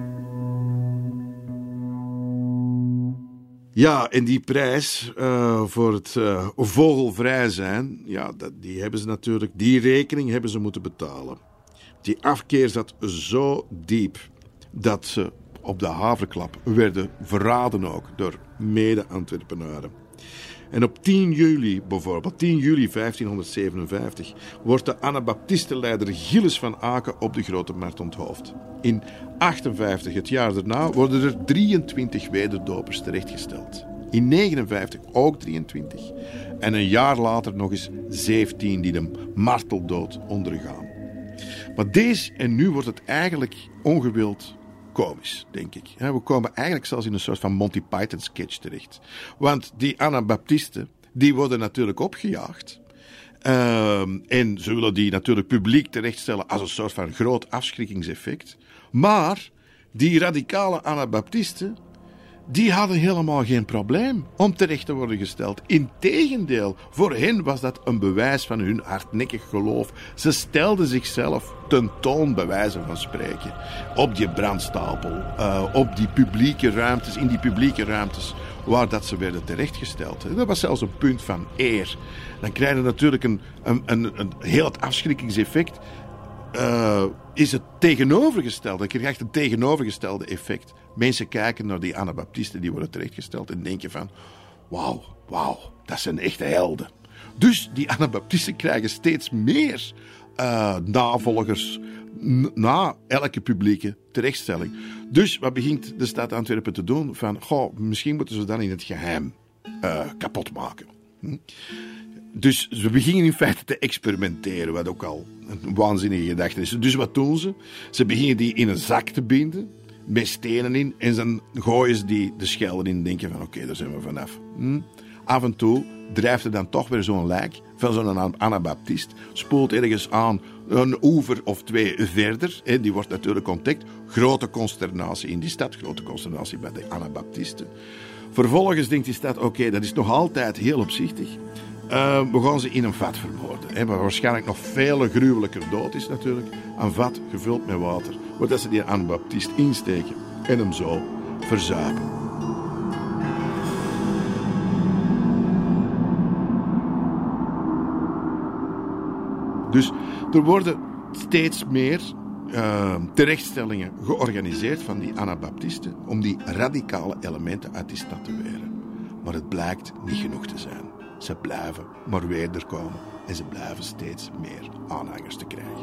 B: Ja, en die prijs uh, voor het uh, vogelvrij zijn, ja, dat, die hebben ze natuurlijk, die rekening hebben ze moeten betalen. Die afkeer zat zo diep dat ze op de haverklap werden verraden ook door mede-Antwerpenaren. En op tien juli bijvoorbeeld, tien juli vijftienhonderdzevenenvijftig, wordt de Anabaptistenleider Gilles van Aken op de Grote Markt onthoofd. In achtenvijftig, het jaar daarna, worden er drieëntwintig wederdopers terechtgesteld. In negenenvijftig ook drieëntwintig. En een jaar later nog eens zeventien die de marteldood ondergaan. Maar deze en nu wordt het eigenlijk ongewild komisch, denk ik. We komen eigenlijk zelfs in een soort van Monty Python sketch terecht. Want die Anabaptisten, die worden natuurlijk opgejaagd. Uh, en ze willen die natuurlijk publiek terechtstellen als een soort van groot afschrikkingseffect. Maar die radicale Anabaptisten, die hadden helemaal geen probleem om terecht te worden gesteld. Integendeel, voor hen was dat een bewijs van hun hardnekkig geloof. Ze stelden zichzelf tentoon, bij wijze van spreken, op die brandstapel, uh, op die publieke ruimtes, in die publieke ruimtes waar dat ze werden terechtgesteld. Dat was zelfs een punt van eer. Dan krijg je natuurlijk een, een, een, een heel het afschrikkingseffect. Uh, is het tegenovergestelde. Dan krijg je echt een tegenovergestelde effect. Mensen kijken naar die Anabaptisten die worden terechtgesteld en denken van, wauw, wauw, dat zijn echte helden. Dus die Anabaptisten krijgen steeds meer uh, navolgers n- na elke publieke terechtstelling. Dus wat begint de stad Antwerpen te doen? Van, goh, misschien moeten ze dan in het geheim uh, kapot maken. Hm? Dus ze beginnen in feite te experimenteren, wat ook al een waanzinnige gedachte is. Dus wat doen ze? Ze beginnen die in een zak te binden, met stenen in, en dan gooien ze die de schelden in en denken van, oké, okay, daar zijn we vanaf. Hm? Af en toe drijft er dan toch weer zo'n lijk van zo'n Anabaptist, spoelt ergens aan een oever of twee verder, hè, die wordt natuurlijk ontdekt. Grote consternatie in die stad, grote consternatie bij de Anabaptisten. Vervolgens denkt die stad, oké, okay, dat is nog altijd heel opzichtig. Uh, we gaan ze in een vat vermoorden. Hè, waar waarschijnlijk nog veel gruwelijker dood is natuurlijk. Een vat gevuld met water. Waar ze die Anabaptist insteken en hem zo verzuipen. Dus er worden steeds meer uh, terechtstellingen georganiseerd van die Anabaptisten om die radicale elementen uit die stad te weren. Maar het blijkt niet genoeg te zijn. Ze blijven maar weer komen en ze blijven steeds meer aanhangers te krijgen.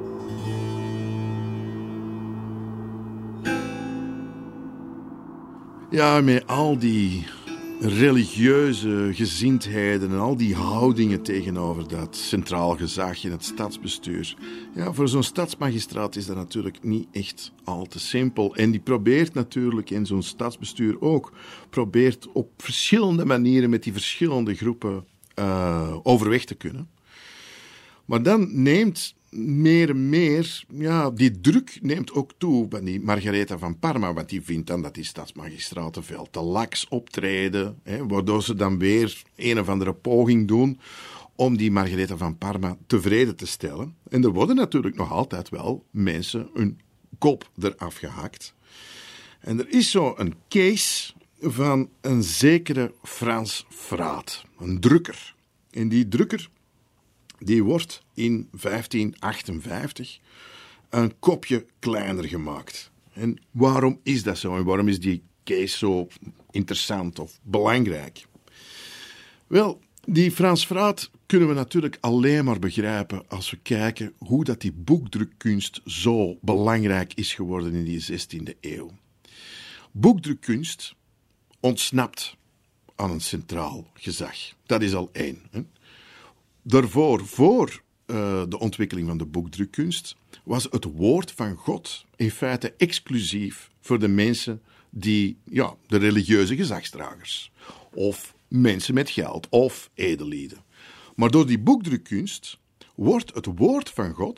B: Ja, met al die religieuze gezindheden en al die houdingen tegenover dat centraal gezag in het stadsbestuur. Ja, voor zo'n stadsmagistraat is dat natuurlijk niet echt al te simpel. En die probeert natuurlijk in zo'n stadsbestuur ook, probeert op verschillende manieren met die verschillende groepen uh, overweg te kunnen. Maar dan neemt meer en meer, ja, die druk neemt ook toe bij die Margaretha van Parma, want die vindt dan dat die stadsmagistraten veel te laks optreden, hè, waardoor ze dan weer een of andere poging doen om die Margaretha van Parma tevreden te stellen. En er worden natuurlijk nog altijd wel mensen hun kop eraf gehakt. En er is zo een case van een zekere Frans Vraat, een drukker. En die drukker die wordt in vijftien achtenvijftig een kopje kleiner gemaakt. En waarom is dat zo? En waarom is die case zo interessant of belangrijk? Wel, die Frans Vraat kunnen we natuurlijk alleen maar begrijpen als we kijken hoe dat die boekdrukkunst zo belangrijk is geworden in die zestiende eeuw. Boekdrukkunst ontsnapt aan een centraal gezag. Dat is al één. Hè? Daarvoor, voor uh, de ontwikkeling van de boekdrukkunst, was het woord van God in feite exclusief voor de mensen die, ja, de religieuze gezagsdragers, of mensen met geld, of edellieden. Maar door die boekdrukkunst wordt het woord van God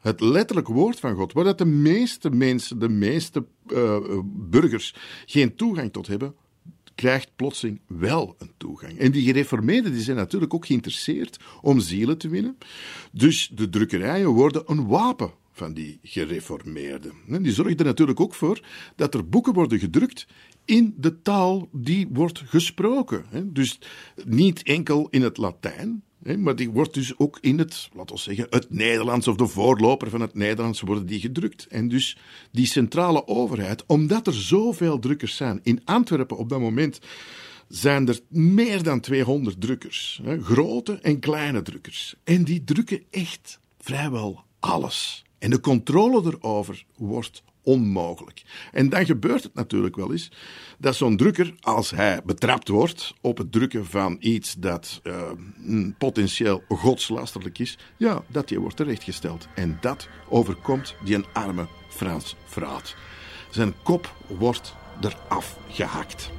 B: het letterlijk woord van God, waar dat de meeste mensen, de meeste uh, burgers geen toegang tot hebben, krijgt plotseling wel een toegang. En die gereformeerden die zijn natuurlijk ook geïnteresseerd om zielen te winnen. Dus de drukkerijen worden een wapen van die gereformeerden. Die zorgen er natuurlijk ook voor dat er boeken worden gedrukt in de taal die wordt gesproken. Dus niet enkel in het Latijn, maar die wordt dus ook in het, laten we zeggen, het Nederlands of de voorloper van het Nederlands worden die gedrukt. En dus die centrale overheid, omdat er zoveel drukkers zijn. In Antwerpen op dat moment zijn er meer dan tweehonderd drukkers. Grote en kleine drukkers. En die drukken echt vrijwel alles. En de controle erover wordt onmogelijk. En dan gebeurt het natuurlijk wel eens dat zo'n drukker, als hij betrapt wordt op het drukken van iets dat uh, potentieel godslasterlijk is, ja, dat die wordt terechtgesteld. En dat overkomt die een arme Frans Vraat. Zijn kop wordt eraf gehakt.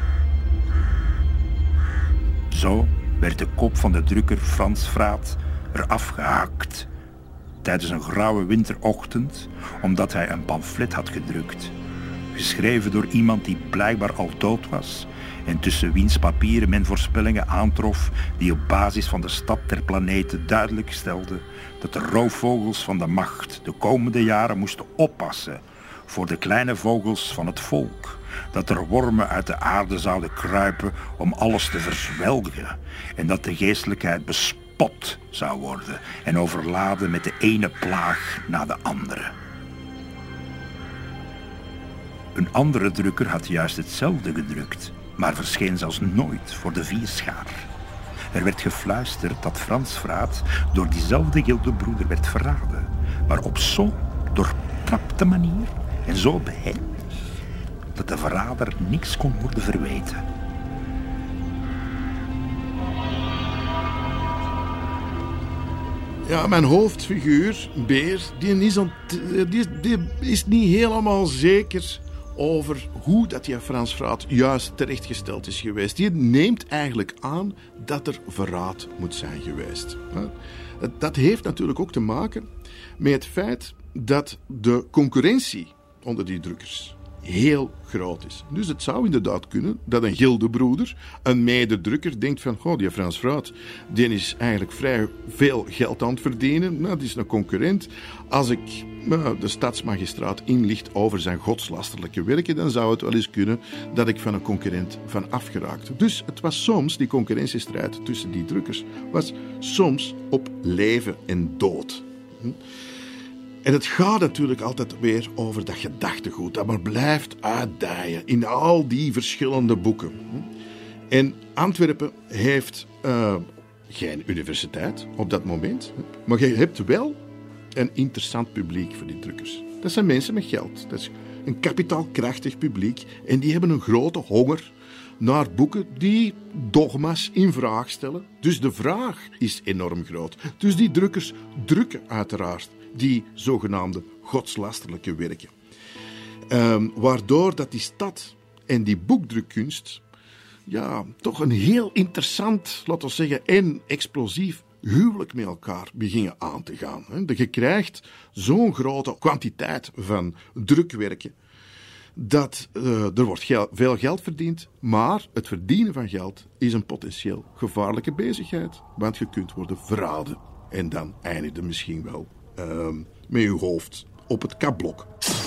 C: Zo werd de kop van de drukker Frans Vraat eraf gehakt. Tijdens een grauwe winterochtend, omdat hij een pamflet had gedrukt. Geschreven door iemand die blijkbaar al dood was en tussen wiens papieren men voorspellingen aantrof die op basis van de stad ter planeten duidelijk stelden dat de roofvogels van de macht de komende jaren moesten oppassen voor de kleine vogels van het volk. Dat er wormen uit de aarde zouden kruipen om alles te verzwelgen en dat de geestelijkheid bespot zou worden en overladen met de ene plaag na de andere. Een andere drukker had juist hetzelfde gedrukt, maar verscheen zelfs nooit voor de vierschaar. Er werd gefluisterd dat Frans Vraat door diezelfde gildebroeder werd verraden, maar op zo'n doortrapte manier en zo behendig dat de verrader niks kon worden verweten.
B: Ja, mijn hoofdfiguur, Beer, die is, ont- die, die is niet helemaal zeker over hoe dat die Frans Vraat juist terechtgesteld is geweest. Die neemt eigenlijk aan dat er verraad moet zijn geweest. Dat heeft natuurlijk ook te maken met het feit dat de concurrentie onder die drukkers heel groot is. Dus het zou inderdaad kunnen dat een gildebroeder, een mededrukker, denkt van, goh, die Frans Vraat, die is eigenlijk vrij veel geld aan het verdienen. Nou, die is een concurrent. Als ik nou, de stadsmagistraat inlicht over zijn godslasterlijke werken, dan zou het wel eens kunnen dat ik van een concurrent van afgeraakte. Dus het was soms, die concurrentiestrijd tussen die drukkers, was soms op leven en dood. Hm? En het gaat natuurlijk altijd weer over dat gedachtegoed, dat maar blijft uitdijen in al die verschillende boeken. En Antwerpen heeft uh, geen universiteit op dat moment, maar je hebt wel een interessant publiek voor die drukkers. Dat zijn mensen met geld, dat is een kapitaalkrachtig publiek en die hebben een grote honger naar boeken die dogma's in vraag stellen. Dus de vraag is enorm groot. Dus die drukkers drukken uiteraard die zogenaamde godslasterlijke werken. Um, waardoor dat die stad en die boekdrukkunst ja, toch een heel interessant, laten we zeggen, en explosief huwelijk met elkaar beginnen aan te gaan. Je krijgt zo'n grote kwantiteit van drukwerken dat uh, er wordt gel- veel geld verdiend, maar het verdienen van geld is een potentieel gevaarlijke bezigheid, want je kunt worden verraden. En dan eindigt het misschien wel uh, met je hoofd op het kapblok.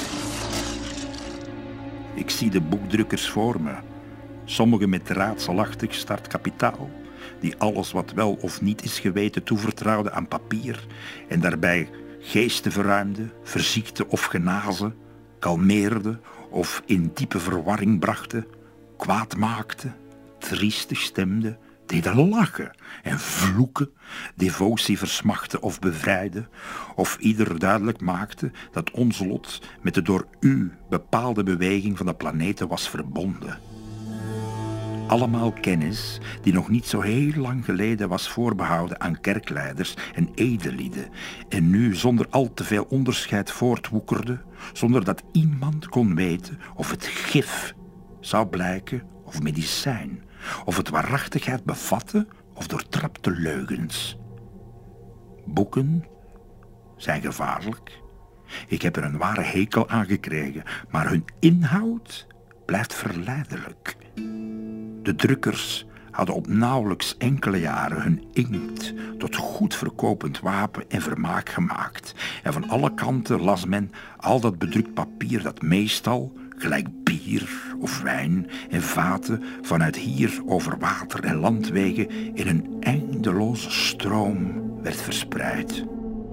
C: Ik zie de boekdrukkers voor me. Sommigen met raadselachtig startkapitaal, die alles wat wel of niet is geweten toevertrouwden aan papier en daarbij geesten verruimden, verziekten of genazen, kalmeerden of in diepe verwarring brachten, kwaad maakten, triestig stemden, deden lachen en vloeken, devotie versmachten of bevrijden, of ieder duidelijk maakte dat ons lot met de door u bepaalde beweging van de planeten was verbonden. Allemaal kennis die nog niet zo heel lang geleden was voorbehouden aan kerkleiders en edellieden en nu zonder al te veel onderscheid voortwoekerde, zonder dat iemand kon weten of het gif zou blijken of medicijn, of het waarachtigheid bevatte of doortrapte leugens. Boeken zijn gevaarlijk. Ik heb er een ware hekel aan gekregen, maar hun inhoud blijft verleidelijk. De drukkers hadden op nauwelijks enkele jaren hun inkt tot goed verkopend wapen en vermaak gemaakt. En van alle kanten las men al dat bedrukt papier dat meestal, gelijk bier of wijn en vaten, vanuit hier over water en landwegen in een eindeloze stroom werd verspreid.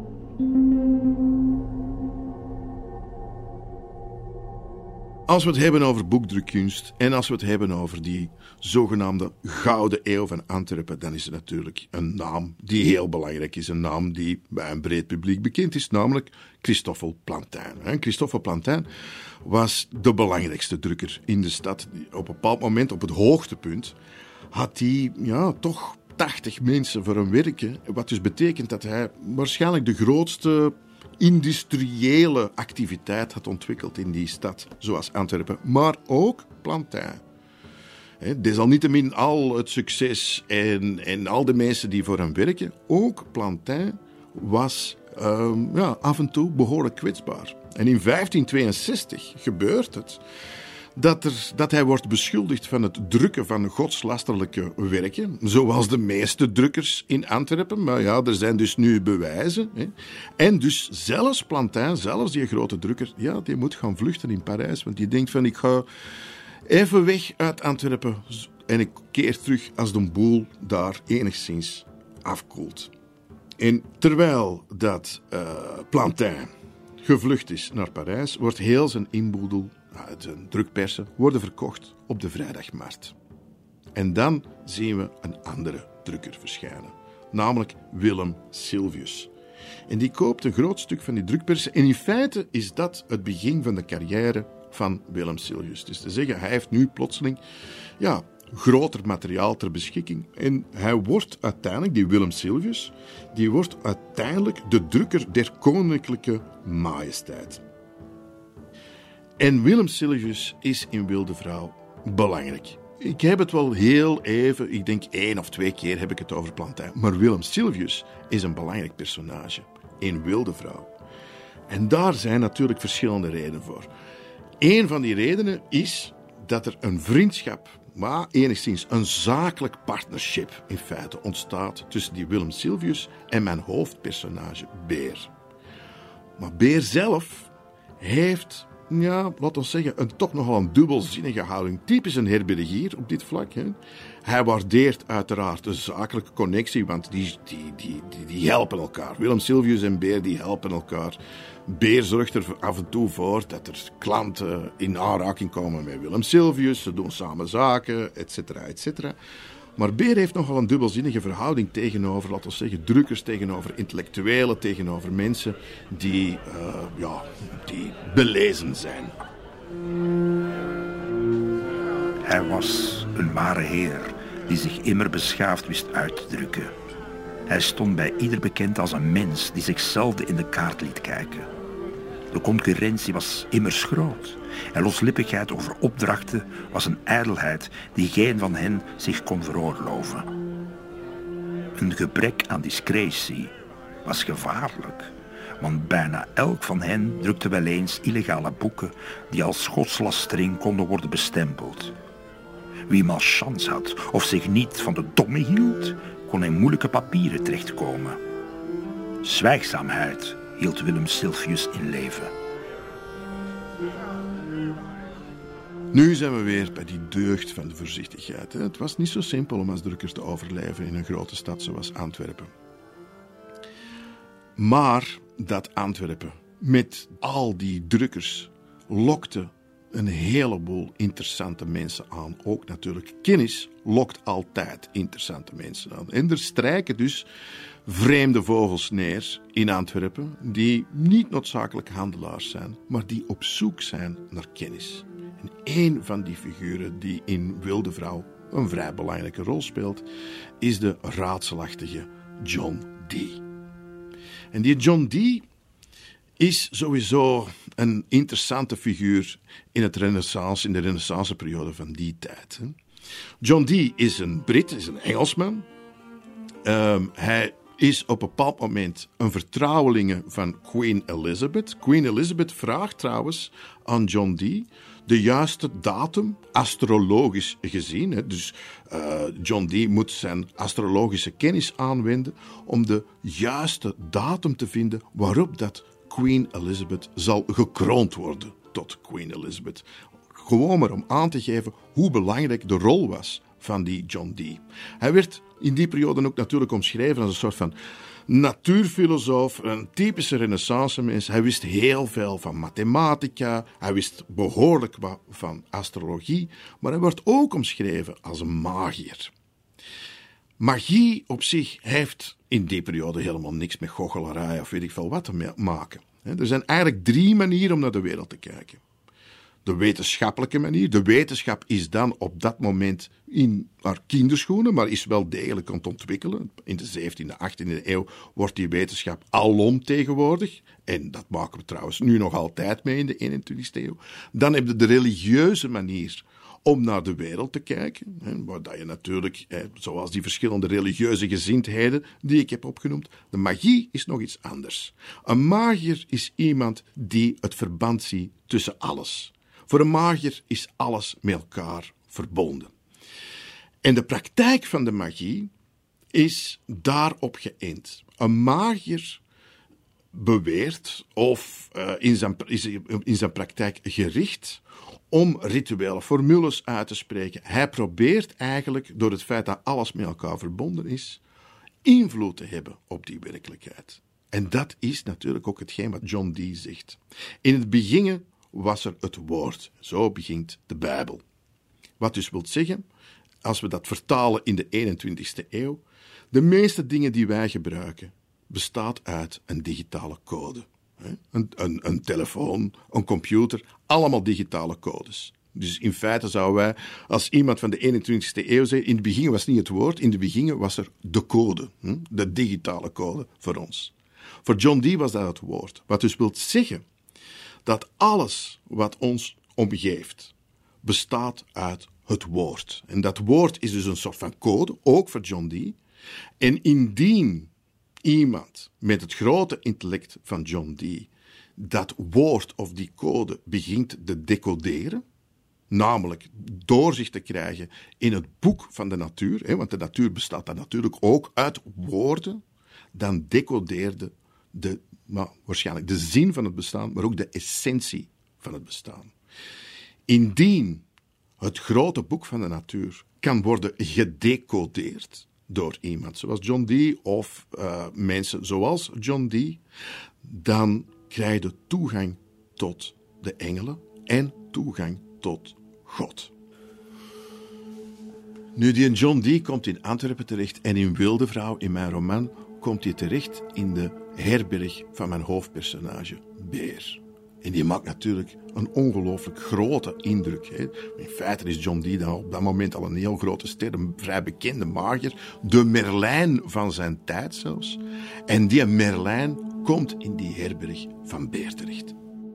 B: Als we het hebben over boekdrukkunst en als we het hebben over die zogenaamde Gouden Eeuw van Antwerpen, dan is er natuurlijk een naam die heel belangrijk is. Een naam die bij een breed publiek bekend is, namelijk Christoffel Plantin. Christoffel Plantin was de belangrijkste drukker in de stad. Op een bepaald moment, op het hoogtepunt, had hij ja, toch tachtig mensen voor hem werken. Wat dus betekent dat hij waarschijnlijk de grootste industriële activiteit had ontwikkeld in die stad, zoals Antwerpen. Maar ook Plantin. Desalniettemin al het succes en, en al de mensen die voor hem werken, ook Plantin was um, ja, af en toe behoorlijk kwetsbaar. En in vijftien tweeënzestig gebeurt het dat, er, dat hij wordt beschuldigd van het drukken van godslasterlijke werken, zoals de meeste drukkers in Antwerpen. Maar ja, er zijn dus nu bewijzen. Hè. En dus zelfs Plantin, zelfs die grote drukker, ja, die moet gaan vluchten in Parijs, want die denkt van, ik ga even weg uit Antwerpen en ik keer terug als de boel daar enigszins afkoelt. En terwijl dat uh, Plantin gevlucht is naar Parijs, wordt heel zijn inboedel uit zijn drukpersen worden verkocht op de vrijdagmarkt. En dan zien we een andere drukker verschijnen, namelijk Willem Sylvius. En die koopt een groot stuk van die drukpersen en in feite is dat het begin van de carrière van Willem Sylvius. Dus te zeggen, hij heeft nu plotseling ja, groter materiaal ter beschikking. En hij wordt uiteindelijk, die Willem Sylvius, die wordt uiteindelijk de drukker der koninklijke majesteit. En Willem Sylvius is in Wilde Vrouw belangrijk. Ik heb het wel heel even, ik denk één of twee keer heb ik het over Plantin. Maar Willem Sylvius is een belangrijk personage in Wilde Vrouw. En daar zijn natuurlijk verschillende redenen voor. Een van die redenen is dat er een vriendschap, maar enigszins een zakelijk partnership in feite ontstaat tussen die Willem Sylvius en mijn hoofdpersonage Beer. Maar Beer zelf heeft, ja, laten we zeggen, een toch nogal een dubbelzinnige houding. Typisch een herbergier op dit vlak. Hè. Hij waardeert uiteraard de zakelijke connectie, want die, die, die, die, die helpen elkaar. Willem Sylvius en Beer die helpen elkaar. Beer zorgt er af en toe voor dat er klanten in aanraking komen met Willem Sylvius. Ze doen samen zaken, et cetera, et cetera. Maar Beer heeft nogal een dubbelzinnige verhouding tegenover, laten we zeggen, drukkers, tegenover intellectuelen, tegenover mensen die, uh, ja, die belezen zijn.
C: Hij was een ware heer die zich immer beschaafd wist uit te drukken. Hij stond bij ieder bekend als een mens die zichzelf in de kaart liet kijken. De concurrentie was immers groot. En loslippigheid over opdrachten was een ijdelheid die geen van hen zich kon veroorloven. Een gebrek aan discretie was gevaarlijk, want bijna elk van hen drukte wel eens illegale boeken die als godslastering konden worden bestempeld. Wie malchance had of zich niet van de domme hield, kon in moeilijke papieren terechtkomen. Zwijgzaamheid hield Willem Sylvius in leven.
B: Nu zijn we weer bij die deugd van de voorzichtigheid. Het was niet zo simpel om als drukker te overleven in een grote stad zoals Antwerpen. Maar dat Antwerpen met al die drukkers lokte een heleboel interessante mensen aan. Ook natuurlijk kennis lokt altijd interessante mensen aan. En er strijken dus vreemde vogels neer in Antwerpen die niet noodzakelijk handelaars zijn, maar die op zoek zijn naar kennis. En één van die figuren die in Wilde Vrouw een vrij belangrijke rol speelt, is de raadselachtige John Dee. En die John Dee is sowieso een interessante figuur in, het renaissance, in de renaissanceperiode van die tijd. John Dee is een Brit, is een Engelsman. Um, hij is op een bepaald moment een vertrouwelinge van Queen Elizabeth. Queen Elizabeth vraagt trouwens aan John Dee de juiste datum, astrologisch gezien. Hè. Dus uh, John Dee moet zijn astrologische kennis aanwenden om de juiste datum te vinden waarop dat Queen Elizabeth zal gekroond worden tot Queen Elizabeth. Gewoon maar om aan te geven hoe belangrijk de rol was van die John Dee. Hij werd in die periode ook natuurlijk omschreven als een soort van natuurfilosoof, een typische renaissance-mens. Hij wist heel veel van mathematica, hij wist behoorlijk wat van astrologie, maar hij wordt ook omschreven als een magier. Magie op zich heeft in die periode helemaal niks met goochelarij of weet ik veel wat te maken. Er zijn eigenlijk drie manieren om naar de wereld te kijken. De wetenschappelijke manier. De wetenschap is dan op dat moment in haar kinderschoenen, maar is wel degelijk aan het ontwikkelen. In de zeventiende, achttiende eeuw wordt die wetenschap alom tegenwoordig. En dat maken we trouwens nu nog altijd mee in de eenentwintigste eeuw. Dan heb je de religieuze manier om naar de wereld te kijken. Hè, waar dat je natuurlijk, hè, zoals die verschillende religieuze gezindheden die ik heb opgenoemd, de magie is nog iets anders. Een magier is iemand die het verband ziet tussen alles. Voor een magier is alles met elkaar verbonden. En de praktijk van de magie is daarop geënt. Een magier beweert of uh, in, zijn, is in zijn praktijk gericht om rituele formules uit te spreken. Hij probeert eigenlijk, door het feit dat alles met elkaar verbonden is, invloed te hebben op die werkelijkheid. En dat is natuurlijk ook hetgeen wat John Dee zegt. In het begin was er het woord. Zo begint de Bijbel. Wat dus wil zeggen, als we dat vertalen in de eenentwintigste eeuw, de meeste dingen die wij gebruiken, bestaat uit een digitale code. Een, een, een telefoon, een computer, allemaal digitale codes. Dus in feite zouden wij, als iemand van de eenentwintigste eeuw zei, in het begin was niet het woord, in het begin was er de code, de digitale code voor ons. Voor John Dee was dat het woord. Wat dus wil zeggen dat alles wat ons omgeeft, bestaat uit het woord. En dat woord is dus een soort van code, ook voor John Dee. En indien iemand met het grote intellect van John Dee dat woord of die code begint te decoderen, namelijk door zich te krijgen in het boek van de natuur, hè, want de natuur bestaat dan natuurlijk ook uit woorden, dan decodeerde de, nou, waarschijnlijk de zin van het bestaan, maar ook de essentie van het bestaan. Indien het grote boek van de natuur kan worden gedecodeerd door iemand zoals John Dee of uh, mensen zoals John Dee, dan krijg je toegang tot de engelen en toegang tot God. Nu, die John Dee komt in Antwerpen terecht en in Wilde Vrouw, in mijn roman, komt hij terecht in de herberg van mijn hoofdpersonage, Beer. En die maakt natuurlijk een ongelooflijk grote indruk. Hè. In feite is John Dee dan op dat moment al een heel grote ster, een vrij bekende magier, de Merlijn van zijn tijd zelfs. En die Merlijn komt in die herberg van Beer terecht.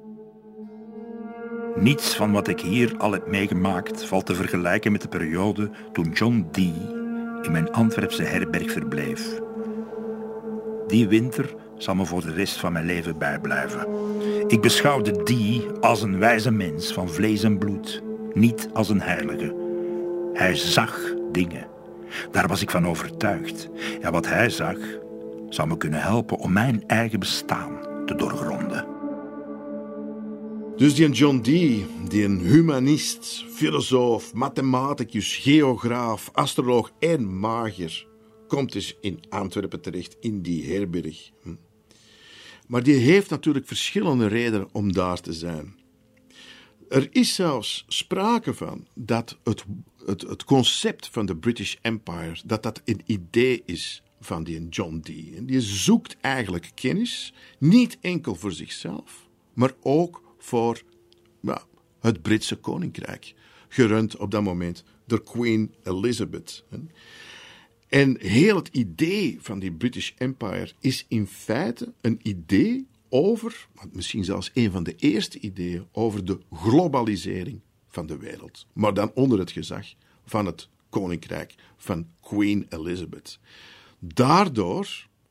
C: Niets van wat ik hier al heb meegemaakt valt te vergelijken met de periode toen John Dee in mijn Antwerpse herberg verbleef. Die winter zal me voor de rest van mijn leven bijblijven. Ik beschouwde Dee als een wijze mens van vlees en bloed, niet als een heilige. Hij zag dingen. Daar was ik van overtuigd. Ja, wat hij zag, zou me kunnen helpen om mijn eigen bestaan te doorgronden.
B: Dus die John Dee, die een humanist, filosoof, mathematicus, geograaf, astroloog en magier, komt dus in Antwerpen terecht, in die herberg. Maar die heeft natuurlijk verschillende redenen om daar te zijn. Er is zelfs sprake van dat het, het, het concept van de British Empire, dat dat een idee is van die John Dee. En die zoekt eigenlijk kennis, niet enkel voor zichzelf, maar ook voor nou, het Britse koninkrijk, gerund op dat moment door Queen Elizabeth. En heel het idee van die British Empire is in feite een idee over, misschien zelfs een van de eerste ideeën, over de globalisering van de wereld. Maar dan onder het gezag van het koninkrijk van Queen Elizabeth. Daardoor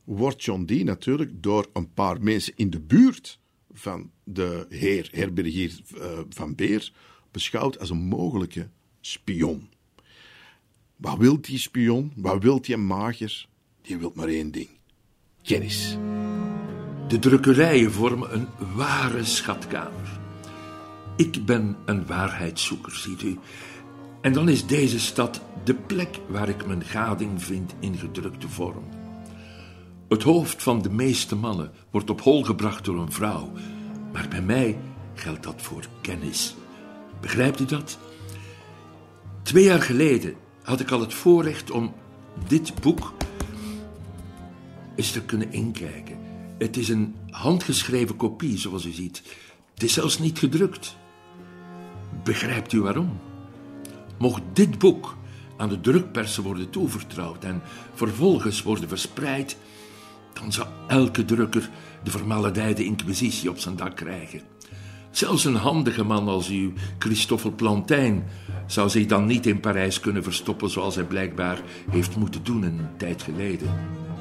B: wordt John Dee natuurlijk door een paar mensen in de buurt van de heer herbergier uh, Van Beer beschouwd als een mogelijke spion. Wat wil die spion? Wat wil die magier? Die wil maar één ding. Kennis.
E: De drukkerijen vormen een ware schatkamer. Ik ben een waarheidszoeker, ziet u. En dan is deze stad de plek waar ik mijn gading vind in gedrukte vorm. Het hoofd van de meeste mannen wordt op hol gebracht door een vrouw. Maar bij mij geldt dat voor kennis. Begrijpt u dat? Twee jaar geleden had ik al het voorrecht om dit boek eens te kunnen inkijken. Het is een handgeschreven kopie, zoals u ziet. Het is zelfs niet gedrukt. Begrijpt u waarom? Mocht dit boek aan de drukpersen worden toevertrouwd en vervolgens worden verspreid, dan zou elke drukker de vermaledijde inquisitie op zijn dak krijgen. Zelfs een handige man als uw Christoffel Plantijn zou zich dan niet in Parijs kunnen verstoppen zoals hij blijkbaar heeft moeten doen een tijd geleden.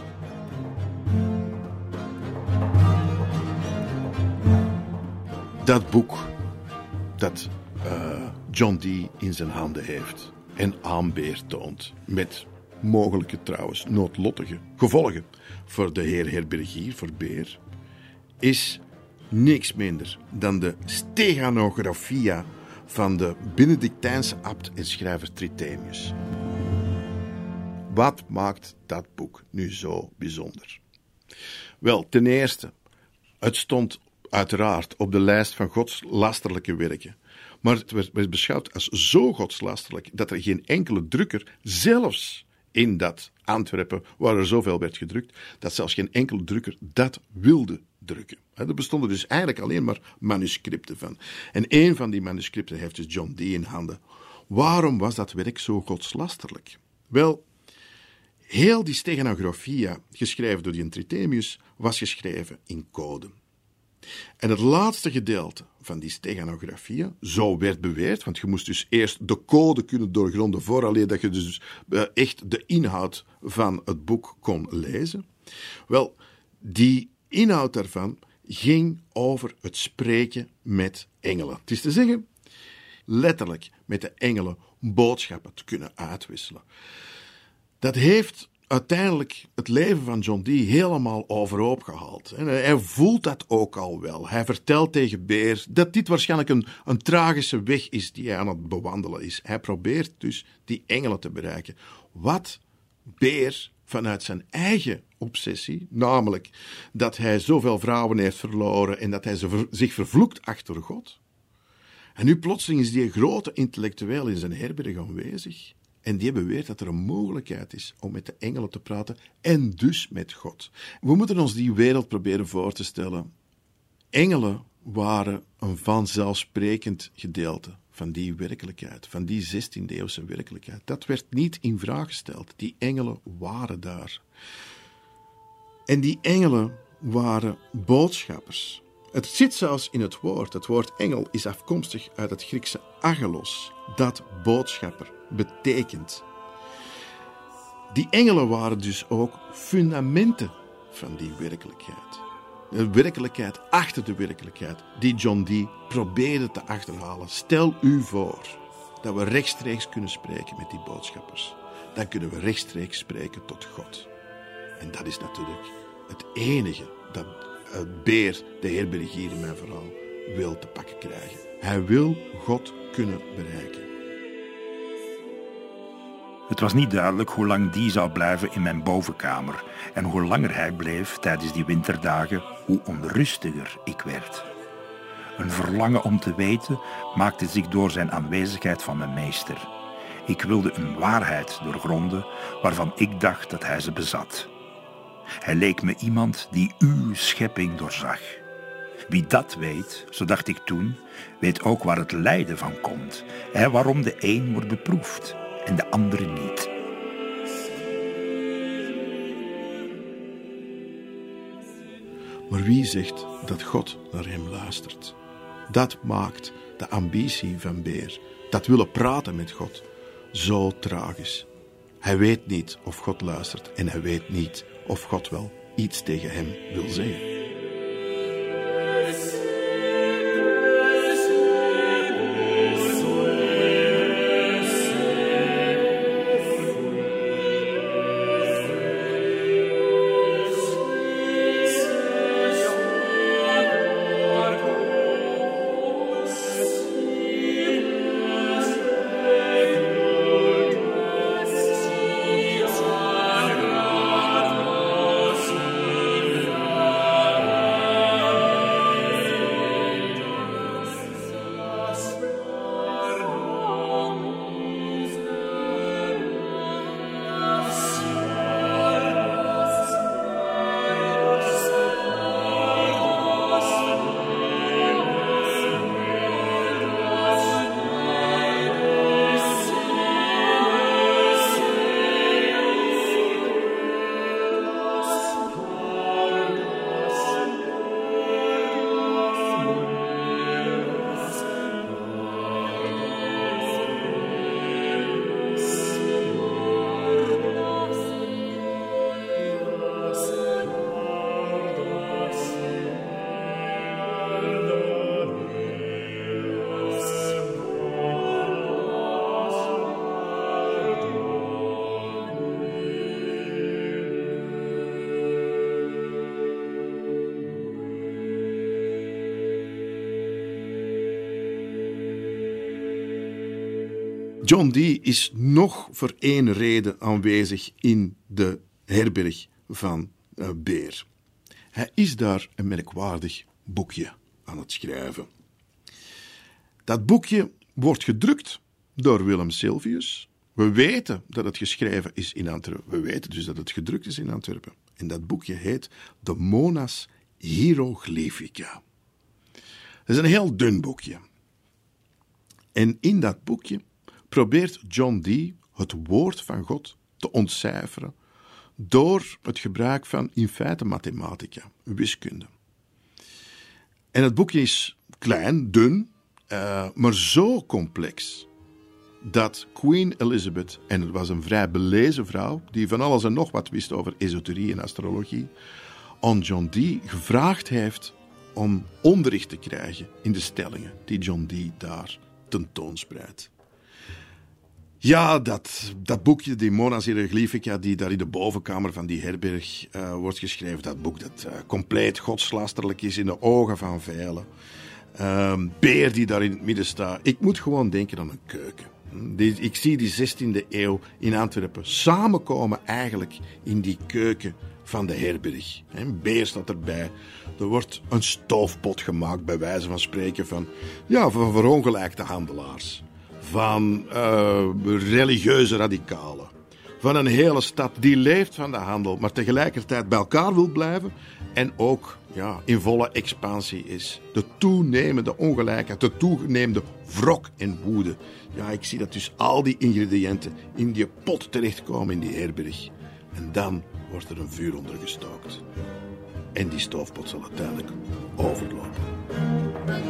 B: Dat boek dat uh, John Dee in zijn handen heeft en aan Beer toont, met mogelijke trouwens noodlottige gevolgen voor de heer herbergier, voor Beer, is niks minder dan de Steganographia van de Benedictijnse abt en schrijver Tritemius. Wat maakt dat boek nu zo bijzonder? Wel, ten eerste, het stond uiteraard op de lijst van godslasterlijke werken. Maar het werd beschouwd als zo godslasterlijk dat er geen enkele drukker, zelfs in dat Antwerpen, waar er zoveel werd gedrukt, dat zelfs geen enkele drukker dat wilde drukken. Er bestonden dus eigenlijk alleen maar manuscripten van. En één van die manuscripten heeft dus John Dee in handen. Waarom was dat werk zo godslasterlijk? Wel, heel die Steganographia, geschreven door die Tritemius, was geschreven in code. En het laatste gedeelte van die Steganographia, zo werd beweerd, want je moest dus eerst de code kunnen doorgronden vooraleer dat je dus uh, echt de inhoud van het boek kon lezen. Wel, die inhoud daarvan ging over het spreken met engelen. Het is te zeggen, letterlijk met de engelen boodschappen te kunnen uitwisselen. Dat heeft uiteindelijk het leven van John Dee helemaal overhoop gehaald. Hij voelt dat ook al wel. Hij vertelt tegen Beer dat dit waarschijnlijk een, een tragische weg is die hij aan het bewandelen is. Hij probeert dus die engelen te bereiken. Wat Beer vanuit zijn eigen obsessie, namelijk dat hij zoveel vrouwen heeft verloren en dat hij zich vervloekt achter God. En nu plotseling is die grote intellectueel in zijn herberg aanwezig. En die beweert dat er een mogelijkheid is om met de engelen te praten en dus met God. We moeten ons die wereld proberen voor te stellen. Engelen waren een vanzelfsprekend gedeelte van die werkelijkheid, van die zestiende-eeuwse werkelijkheid. Dat werd niet in vraag gesteld. Die engelen waren daar. En die engelen waren boodschappers. Het zit zelfs in het woord. Het woord engel is afkomstig uit het Griekse angelos, dat boodschapper betekent. Die engelen waren dus ook fundamenten van die werkelijkheid. De werkelijkheid achter de werkelijkheid die John Dee probeerde te achterhalen. Stel u voor dat we rechtstreeks kunnen spreken met die boodschappers. Dan kunnen we rechtstreeks spreken tot God. En dat is natuurlijk het enige dat Beer, de herbergier in mijn verhaal, wil te pakken krijgen. Hij wil God kunnen bereiken.
C: Het was niet duidelijk hoe lang die zou blijven in mijn bovenkamer en hoe langer hij bleef tijdens die winterdagen, hoe onrustiger ik werd. Een verlangen om te weten maakte zich door zijn aanwezigheid van mijn meester. Ik wilde een waarheid doorgronden waarvan ik dacht dat hij ze bezat. Hij leek me iemand die uw schepping doorzag. Wie dat weet, zo dacht ik toen, weet ook waar het lijden van komt en waarom de een wordt beproefd en de andere niet.
B: Maar wie zegt dat God naar hem luistert? Dat maakt de ambitie van Beer, dat willen praten met God, zo tragisch. Hij weet niet of God luistert en hij weet niet of God wel iets tegen hem wil zeggen. John Dee is nog voor één reden aanwezig in de herberg van uh, Beer. Hij is daar een merkwaardig boekje aan het schrijven. Dat boekje wordt gedrukt door Willem Sylvius. We weten dat het geschreven is in Antwerpen. We weten dus dat het gedrukt is in Antwerpen. En dat boekje heet De Monas Hieroglyphica. Het is een heel dun boekje. En in dat boekje probeert John Dee het woord van God te ontcijferen door het gebruik van in feite mathematica, wiskunde. En het boekje is klein, dun, uh, maar zo complex dat Queen Elizabeth, en het was een vrij belezen vrouw die van alles en nog wat wist over esoterie en astrologie, aan John Dee gevraagd heeft om onderricht te krijgen in de stellingen die John Dee daar tentoonspreidt. Ja, dat, dat boekje, die Monas Hieroglyphica, die daar in de bovenkamer van die herberg uh, wordt geschreven, dat boek dat uh, compleet godslasterlijk is in de ogen van velen. Uh, Beer die daar in het midden staat. Ik moet gewoon denken aan een keuken. Die, ik zie die zestiende eeuw in Antwerpen samenkomen eigenlijk in die keuken van de herberg. Beer staat erbij. Er wordt een stoofpot gemaakt, bij wijze van spreken, van, ja, van verongelijkte handelaars. Van uh, religieuze radicalen. Van een hele stad die leeft van de handel, maar tegelijkertijd bij elkaar wil blijven en ook ja, in volle expansie is. De toenemende ongelijkheid, de toenemende wrok en woede. Ja, ik zie dat dus al die ingrediënten in die pot terechtkomen in die herberg. En dan wordt er een vuur onder gestookt. En die stoofpot zal uiteindelijk overlopen.